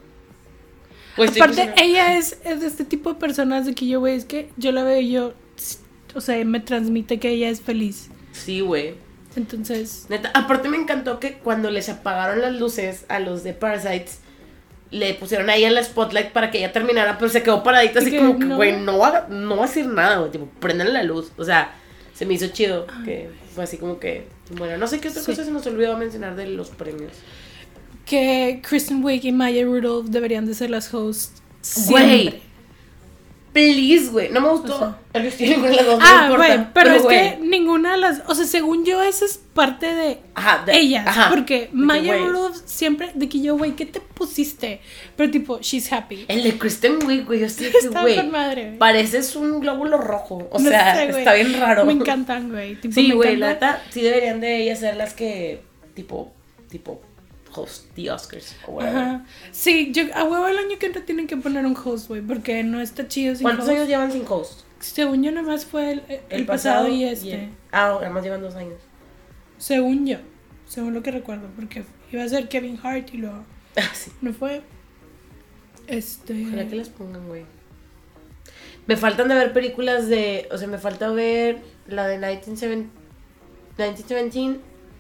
S2: Pues estoy
S1: Aparte,
S2: impresionada.
S1: ella es de este tipo de personas de que yo, güey, es que yo la veo y yo, o sea, me transmite que ella es feliz.
S2: Sí, güey.
S1: Entonces,
S2: Neta, aparte me encantó que cuando les apagaron las luces a los de Parasites, le pusieron a ella en la spotlight para que ella terminara, pero se quedó paradita así
S1: que
S2: como que,
S1: no.
S2: güey, no va a decir nada, güey, tipo, prendan la luz. O sea, se me hizo chido, que fue así como que, bueno, no sé qué otra
S1: Sí.
S2: cosa se nos olvidó mencionar de los premios.
S1: que Kristen Wiig y Maya Rudolph deberían de ser las hosts
S2: Güey,
S1: siempre.
S2: please, güey, no me gustó
S1: O sea.
S2: el vestido con las dos, no
S1: Ah,
S2: importa,
S1: güey, pero es
S2: güey,
S1: que ninguna de las, o sea, según yo, esa es parte de
S2: ajá,
S1: ellas,
S2: ajá,
S1: porque
S2: de que,
S1: Maya
S2: güey,
S1: Rudolph siempre, de que yo, güey, ¿qué te pusiste? Pero tipo, she's happy.
S2: el de Kristen Wiig, güey, yo estoy que,
S1: Está
S2: güey,
S1: con madre, güey.
S2: pareces un glóbulo rojo, o
S1: No
S2: sea,
S1: sé, güey.
S2: está bien raro.
S1: Me encantan, güey. Tipo,
S2: Sí,
S1: me
S2: güey, la
S1: encanta.
S2: neta, sí deberían de ellas ser las que, tipo, host the Oscars o whatever.
S1: Ajá. Sí, yo, a huevo el año que entra tienen que poner un host, güey, porque no está chido sin
S2: ¿Cuántos
S1: host.
S2: años llevan sin host?
S1: Según yo, nada más fue el pasado y este.
S2: Además llevan 2 años.
S1: Según yo, según lo que recuerdo, porque iba a ser Kevin Hart y luego
S2: Sí.
S1: no fue.
S2: Ojalá que las pongan, güey. Me faltan de ver películas de, o sea, me falta ver la de 1917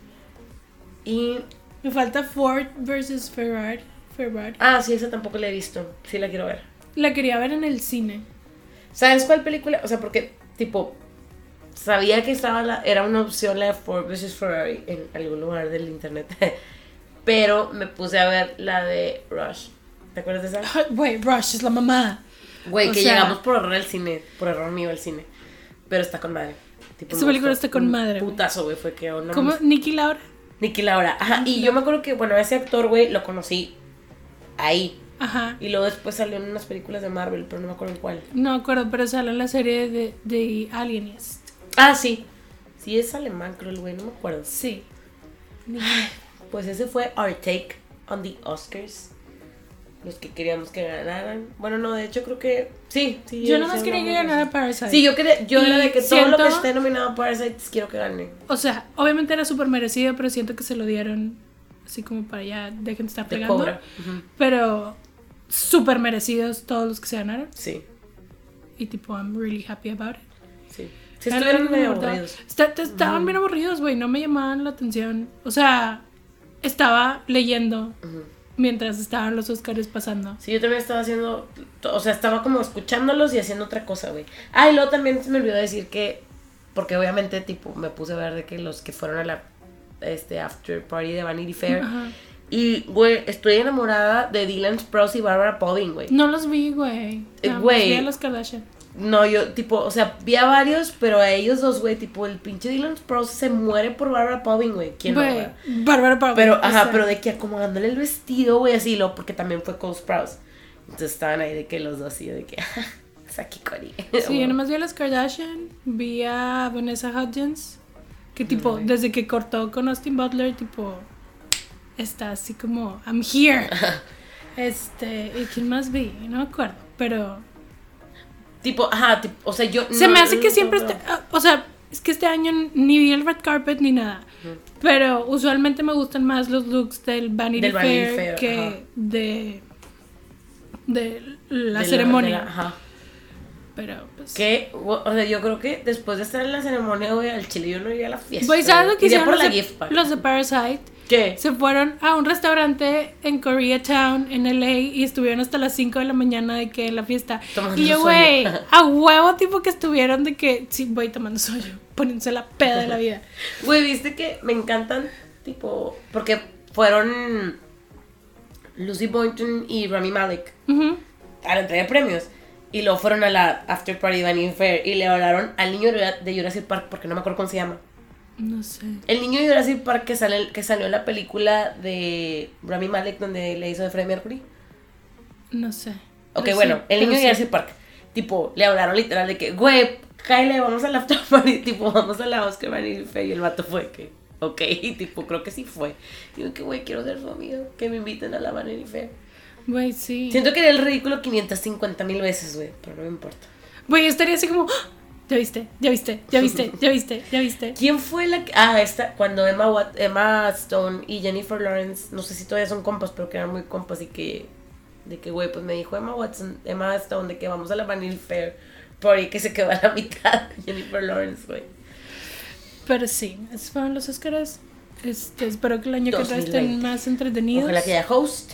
S2: y...
S1: Me falta Ford versus Ferrari.
S2: Ah, sí, esa tampoco la he visto. Sí la quiero ver.
S1: La quería ver en el cine.
S2: ¿Sabes cuál película? O sea, porque, tipo, sabía que era una opción la de Ford vs Ferrari en algún lugar del internet. Pero me puse a ver la de Rush. ¿Te acuerdas de esa?
S1: Güey, Rush es la mamada.
S2: Güey,
S1: O
S2: que
S1: sea,
S2: llegamos por error al cine. Por error mío al cine. Pero está con madre. Tipo,
S1: Esa
S2: me
S1: película
S2: gustó.
S1: está con
S2: Un
S1: madre, güey.
S2: Putazo, güey, fue que... no
S1: ¿Cómo?
S2: mames.
S1: ¿Nicky Laura?
S2: Nicky Laura. Ajá, y yo me acuerdo que, bueno, ese actor, güey, lo conocí ahí.
S1: Ajá.
S2: Y luego después salió en unas películas de Marvel, pero no me acuerdo en cuál.
S1: No me acuerdo, pero sale en la serie de Alienist.
S2: Ah, sí. Sí, es alemán, creo el güey, no me acuerdo.
S1: Sí.
S2: Pues ese fue our take on the Oscars. Los que queríamos que ganaran. Bueno, no, de hecho creo que... Sí.
S1: Yo nomás quería que ganara Parasite.
S2: Sí, yo era de que todo lo que
S1: siento-
S2: esté nominado a Parasites quiero que gane.
S1: O sea, obviamente era súper merecido, pero siento que se lo dieron así como para ya dejen de estar
S2: De
S1: pegando.
S2: cobra. Ujú.
S1: Pero súper merecidos todos los que se ganaron.
S2: Sí,
S1: Y tipo, I'm really happy about it.
S2: sí. Sí, estuvieron medio aburridos.
S1: Estaban bien aburridos, güey. No me llamaban la atención. O sea, estaba leyendo mientras estaban los Oscars pasando.
S2: Sí, yo también estaba haciendo... O sea, estaba como escuchándolos y haciendo otra cosa, güey. Ah, y luego también se me olvidó decir que... Porque obviamente, tipo, me puse a ver de que los que fueron a la... after party de Vanity Fair.
S1: Ajá.
S2: Y, güey, estoy enamorada de Dylan Sprouse y Barbara Paulding, güey.
S1: No los vi, güey. Nada más
S2: Güey.
S1: vi a los Kardashian.
S2: No, yo, tipo, o sea, vi a varios, pero a ellos dos, güey, tipo, el pinche Dylan Sprouse se muere por Barbara Paulding, güey. ¿Quién no,
S1: Güey,
S2: güey?
S1: Bárbara Paulding.
S2: Pero,
S1: o
S2: ajá,
S1: sea,
S2: pero de que acomodándole el vestido, güey, así, lo, porque también fue Cole Sprouse. Entonces estaban ahí de que los dos, así, de que, Saki Cody.
S1: Sí, yo nomás vi a las Kardashian, vi a Vanessa Hudgens, que tipo, desde que cortó con Austin Butler, tipo, está así como, I'm here. ¿Y quién más vi? No me acuerdo, pero...
S2: Tipo, ajá, tipo, o sea, yo...
S1: Se
S2: no,
S1: me hace que
S2: no,
S1: siempre,
S2: no.
S1: o sea, es que este año ni vi el red carpet ni nada, pero usualmente me gustan más los looks del Vanity Fair que
S2: ajá.
S1: de la
S2: De
S1: ceremonia.
S2: ajá.
S1: Pero, pues...
S2: Que, o sea, yo creo que después de estar en la ceremonia, güey, al chile yo no iría a la fiesta.
S1: Pues, ¿sabes lo que
S2: iría
S1: hicieron
S2: por la
S1: los
S2: gift pack.
S1: de Parasite?
S2: ¿Qué?
S1: Se fueron a un restaurante en Koreatown, en LA, y estuvieron hasta las 5 de la mañana de que en la fiesta.
S2: Tomando
S1: Y yo,
S2: sueño.
S1: güey, a huevo tipo que estuvieron de que, sí, voy tomando sueño, poniéndose la peda de la vida.
S2: Güey, viste que me encantan, tipo, porque fueron Lucy Boynton y Rami Malek
S1: Ujú.
S2: a la entrega de premios. Y luego fueron a la after party de Vanity Fair y le hablaron al niño de Jurassic Park, porque no me acuerdo cómo se llama.
S1: No sé.
S2: El niño de Jurassic Park que salió en la película de Rami Malek donde le hizo de Freddie Mercury.
S1: No sé.
S2: Ok,
S1: Pero
S2: bueno,
S1: sí,
S2: el niño
S1: pero
S2: de
S1: sí.
S2: Jurassic Park. Tipo, le hablaron literal de que, güey, Kyle, vamos a la after party. Tipo, vamos a la Oscar Vanity Fair. Y el vato fue que, ok, tipo, creo que sí fue. Digo que, güey, quiero ser su amigo. Que me inviten a la Vanity Fair.
S1: Güey, sí.
S2: Siento que era el ridículo 550,000 veces, güey, pero no me importa.
S1: Güey, estaría así como, ¡ah! Ya viste, ya viste, ya viste, ya viste, ya viste.
S2: ¿Quién fue la que...? Cuando Emma Stone y Jennifer Lawrence, no sé si todavía son compas, pero que eran muy compas y que... De que, güey, pues me dijo Emma Stone, de que vamos a la Vanity Fair, por ahí que se quedó a la mitad Jennifer Lawrence, güey.
S1: Pero sí, esos fueron los Oscars. Espero que el año que entra
S2: 2020.
S1: estén más entretenidos.
S2: Ojalá que haya host.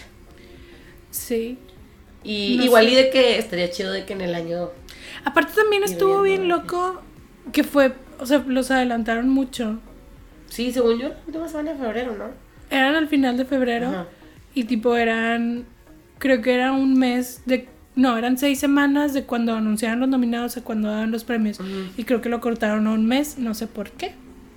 S1: Sí.
S2: Y
S1: No
S2: igual
S1: sé.
S2: y de que estaría chido de que en el año...
S1: Aparte también
S2: Ir
S1: estuvo bien
S2: viendo.
S1: loco que fue, o sea, los adelantaron mucho.
S2: Sí, según yo, la última semana de febrero, ¿no?
S1: Eran al final de febrero
S2: Ajá.
S1: y tipo creo que era un mes no, eran 6 semanas de cuando anunciaron los nominados a cuando daban los premios.
S2: Ujú.
S1: Y creo que lo cortaron a un mes, no sé por qué.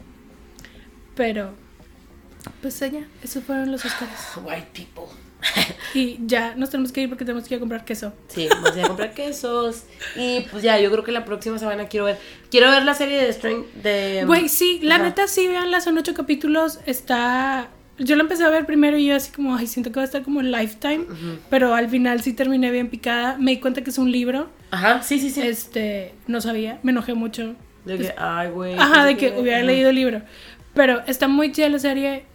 S1: Pero, pues ya, esos fueron los Oscars.
S2: White people.
S1: Y ya nos tenemos que ir porque tenemos que ir a comprar queso.
S2: Sí, vamos a ir a comprar quesos. Y pues ya, yo creo que la próxima semana quiero ver la serie de Stranger de...
S1: Güey, sí, la
S2: Ajá.
S1: neta sí, veanla, son 8 capítulos, yo la empecé a ver primero y yo así como, ay, siento que va a estar como Lifetime,
S2: Ujú.
S1: pero al final sí terminé bien picada, me di cuenta que es un libro,
S2: Ajá, sí.
S1: no sabía, me enojé mucho,
S2: De que, ay, güey.
S1: ajá, de
S2: pensé
S1: que hubiera
S2: Ajá.
S1: leído el libro, pero está muy chida la serie,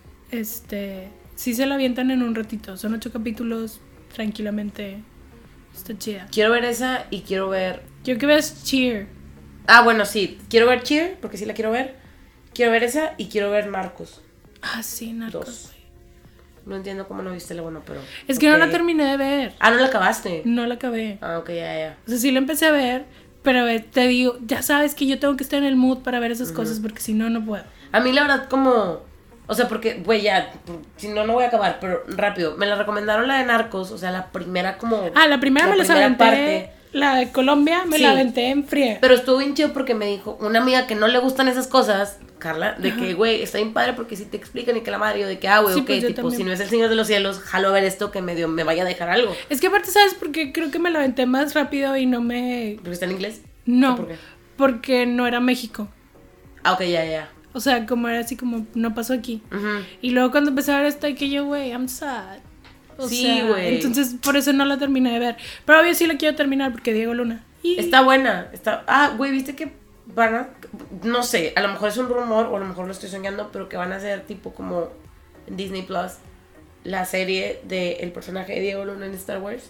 S1: sí se la avientan en un ratito, son 8 capítulos, tranquilamente, está chida.
S2: Quiero ver esa y quiero ver...
S1: Yo que ves Cheer,
S2: Ah, bueno, sí. Quiero ver Cheer, porque sí la quiero ver. Quiero ver esa y quiero ver Narcos.
S1: sí, Narcos,
S2: 2.
S1: güey.
S2: No entiendo cómo no viste la bueno, pero...
S1: Es que no la
S2: ok.
S1: terminé de ver,
S2: Ah, ¿no la acabaste?
S1: no la acabé.
S2: Ah, ok, ya.
S1: O sea, sí la empecé a ver, pero te digo, ya sabes que yo tengo que estar en el mood para ver esas cosas porque si no, no puedo.
S2: A mí la verdad como... O sea, porque, güey, ya, si no, no voy a acabar, pero rápido. Me la recomendaron la de Narcos, o sea, la primera como...
S1: La primera me las
S2: primera
S1: aventé,
S2: parte.
S1: la de Colombia me
S2: Sí.
S1: la aventé en friega.
S2: Pero estuvo bien chido porque me dijo una amiga que no le gustan esas cosas, Carla, de que, güey, está bien padre porque si te explican y que la madre, yo de que, güey,
S1: Sí,
S2: ok,
S1: pues yo
S2: tipo,
S1: también.
S2: si no es el Señor de los Cielos, jalo a ver esto que me vaya a dejar algo.
S1: Es que aparte, ¿sabes? Porque creo que me la aventé más rápido y no me...
S2: ¿Porque está en inglés?
S1: No,
S2: ¿O por qué?
S1: porque no era México.
S2: Ah, ok, ya.
S1: O sea, como era así como, no pasó aquí.
S2: Ujú.
S1: Y luego cuando empecé a ver esta, que yo, güey, I'm sad.
S2: Sí,
S1: sea,
S2: güey.
S1: Entonces, por eso no la terminé de ver. Pero obvio sí la quiero terminar porque Diego Luna. Y...
S2: Está buena. Güey, ¿viste que van a... No sé, a lo mejor es un rumor o a lo mejor lo estoy soñando, pero que van a hacer tipo como en Disney Plus la serie del personaje de Diego Luna en Star Wars?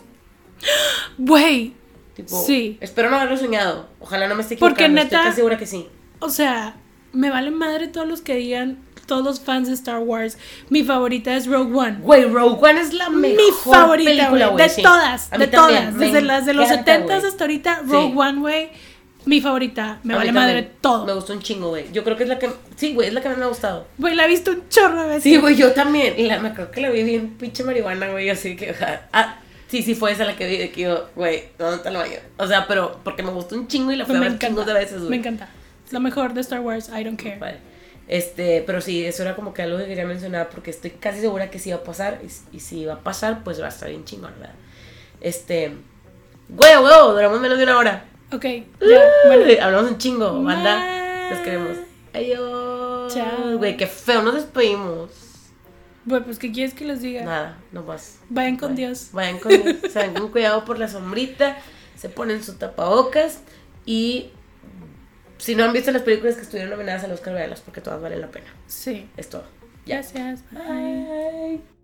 S1: Güey,
S2: Tipo,
S1: sí.
S2: Espero no haberlo soñado. Ojalá no me esté
S1: Porque
S2: equivocando.
S1: neta-
S2: Estoy casi segura que sí.
S1: O sea, me vale madre todos los que digan, todos los fans de Star Wars. Mi favorita es Rogue One.
S2: Güey, Rogue One es la mejor
S1: Mi favorita,
S2: película,
S1: güey.
S2: güey.
S1: De
S2: sí.
S1: todas,
S2: A mí
S1: de
S2: también,
S1: todas.
S2: me
S1: Desde las de los
S2: encanta,
S1: 70s
S2: güey.
S1: hasta ahorita,
S2: Sí.
S1: Rogue One, güey. Mi favorita. Me
S2: A mí
S1: vale
S2: también.
S1: madre todo.
S2: Me gustó un chingo, güey. Yo creo que es la que... Sí, güey, es la que más me ha gustado.
S1: Güey, la he visto un chorro de veces.
S2: Sí, güey, yo también. Y me acuerdo que la vi bien pinche marihuana, güey. Así que... sí, fue esa la que vi. De que yo, güey, ¿dónde está la mayor? O sea, pero porque me gustó un chingo y la fui a
S1: Me
S2: ver chingos de veces, güey.
S1: Me encanta. Es la mejor de Star Wars, I don't care.
S2: Vale. Pero sí, eso era como que algo que quería mencionar porque estoy casi segura que sí va a pasar y si va a pasar, pues va a estar bien chingón, ¿verdad? Güey, duramos menos de una hora.
S1: Ok, ya, bueno.
S2: Hablamos un chingo, banda.
S1: Bye.
S2: Los queremos. Adiós.
S1: Chao.
S2: Güey, qué feo, nos despedimos.
S1: Bueno, pues, ¿qué quieres que les diga?
S2: Nada, no más.
S1: Vayan con Dios.
S2: Vayan con Dios. Se van con cuidado por la sombrita, se ponen su tapabocas y si no han visto las películas que estuvieron nominadas al Oscar, véanlas porque todas valen la pena.
S1: Sí.
S2: Es todo.
S1: Gracias. Bye.
S2: Bye.